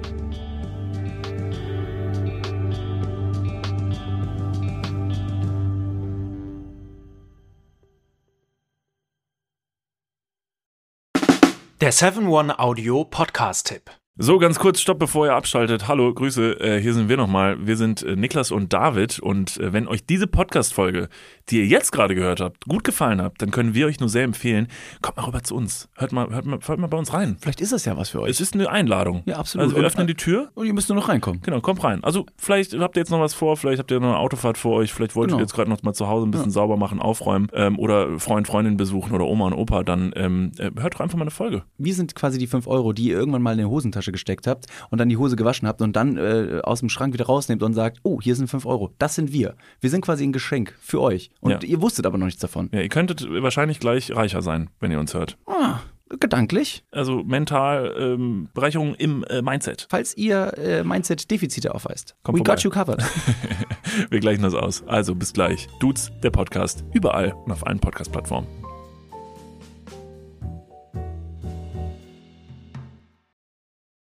Der 7-One-Audio-Podcast-Tipp. So, ganz kurz, stopp, bevor ihr abschaltet. Hallo, Grüße, hier sind wir nochmal. Wir sind Niklas und David und wenn euch diese Podcast-Folge, die ihr jetzt gerade gehört habt, gut gefallen hat, dann können wir euch nur sehr empfehlen, kommt mal rüber zu uns. Hört mal bei uns rein. Vielleicht ist das ja was für euch. Es ist eine Einladung. Ja, absolut. Also wir öffnen die Tür. Und ihr müsst nur noch reinkommen. Genau, kommt rein. Also vielleicht habt ihr jetzt noch was vor, vielleicht habt ihr noch eine Autofahrt vor euch, vielleicht wollt ihr jetzt gerade noch mal zu Hause ein bisschen sauber machen, aufräumen oder Freundin besuchen oder Oma und Opa, dann hört doch einfach mal eine Folge. Wir sind quasi die 5 Euro, die ihr irgendwann mal in die Hosentasche gesteckt habt und dann die Hose gewaschen habt und dann aus dem Schrank wieder rausnehmt und sagt, oh, hier sind 5 Euro. Das sind wir. Wir sind quasi ein Geschenk für euch. Und ihr wusstet aber noch nichts davon. Ja, ihr könntet wahrscheinlich gleich reicher sein, wenn ihr uns hört. Ah, gedanklich. Also mental, Bereicherung im Mindset. Falls ihr Mindset-Defizite aufweist. Kommt We vorbei. got you covered. Wir gleichen das aus. Also bis gleich. Dudes, der Podcast. Überall und auf allen Podcast-Plattformen.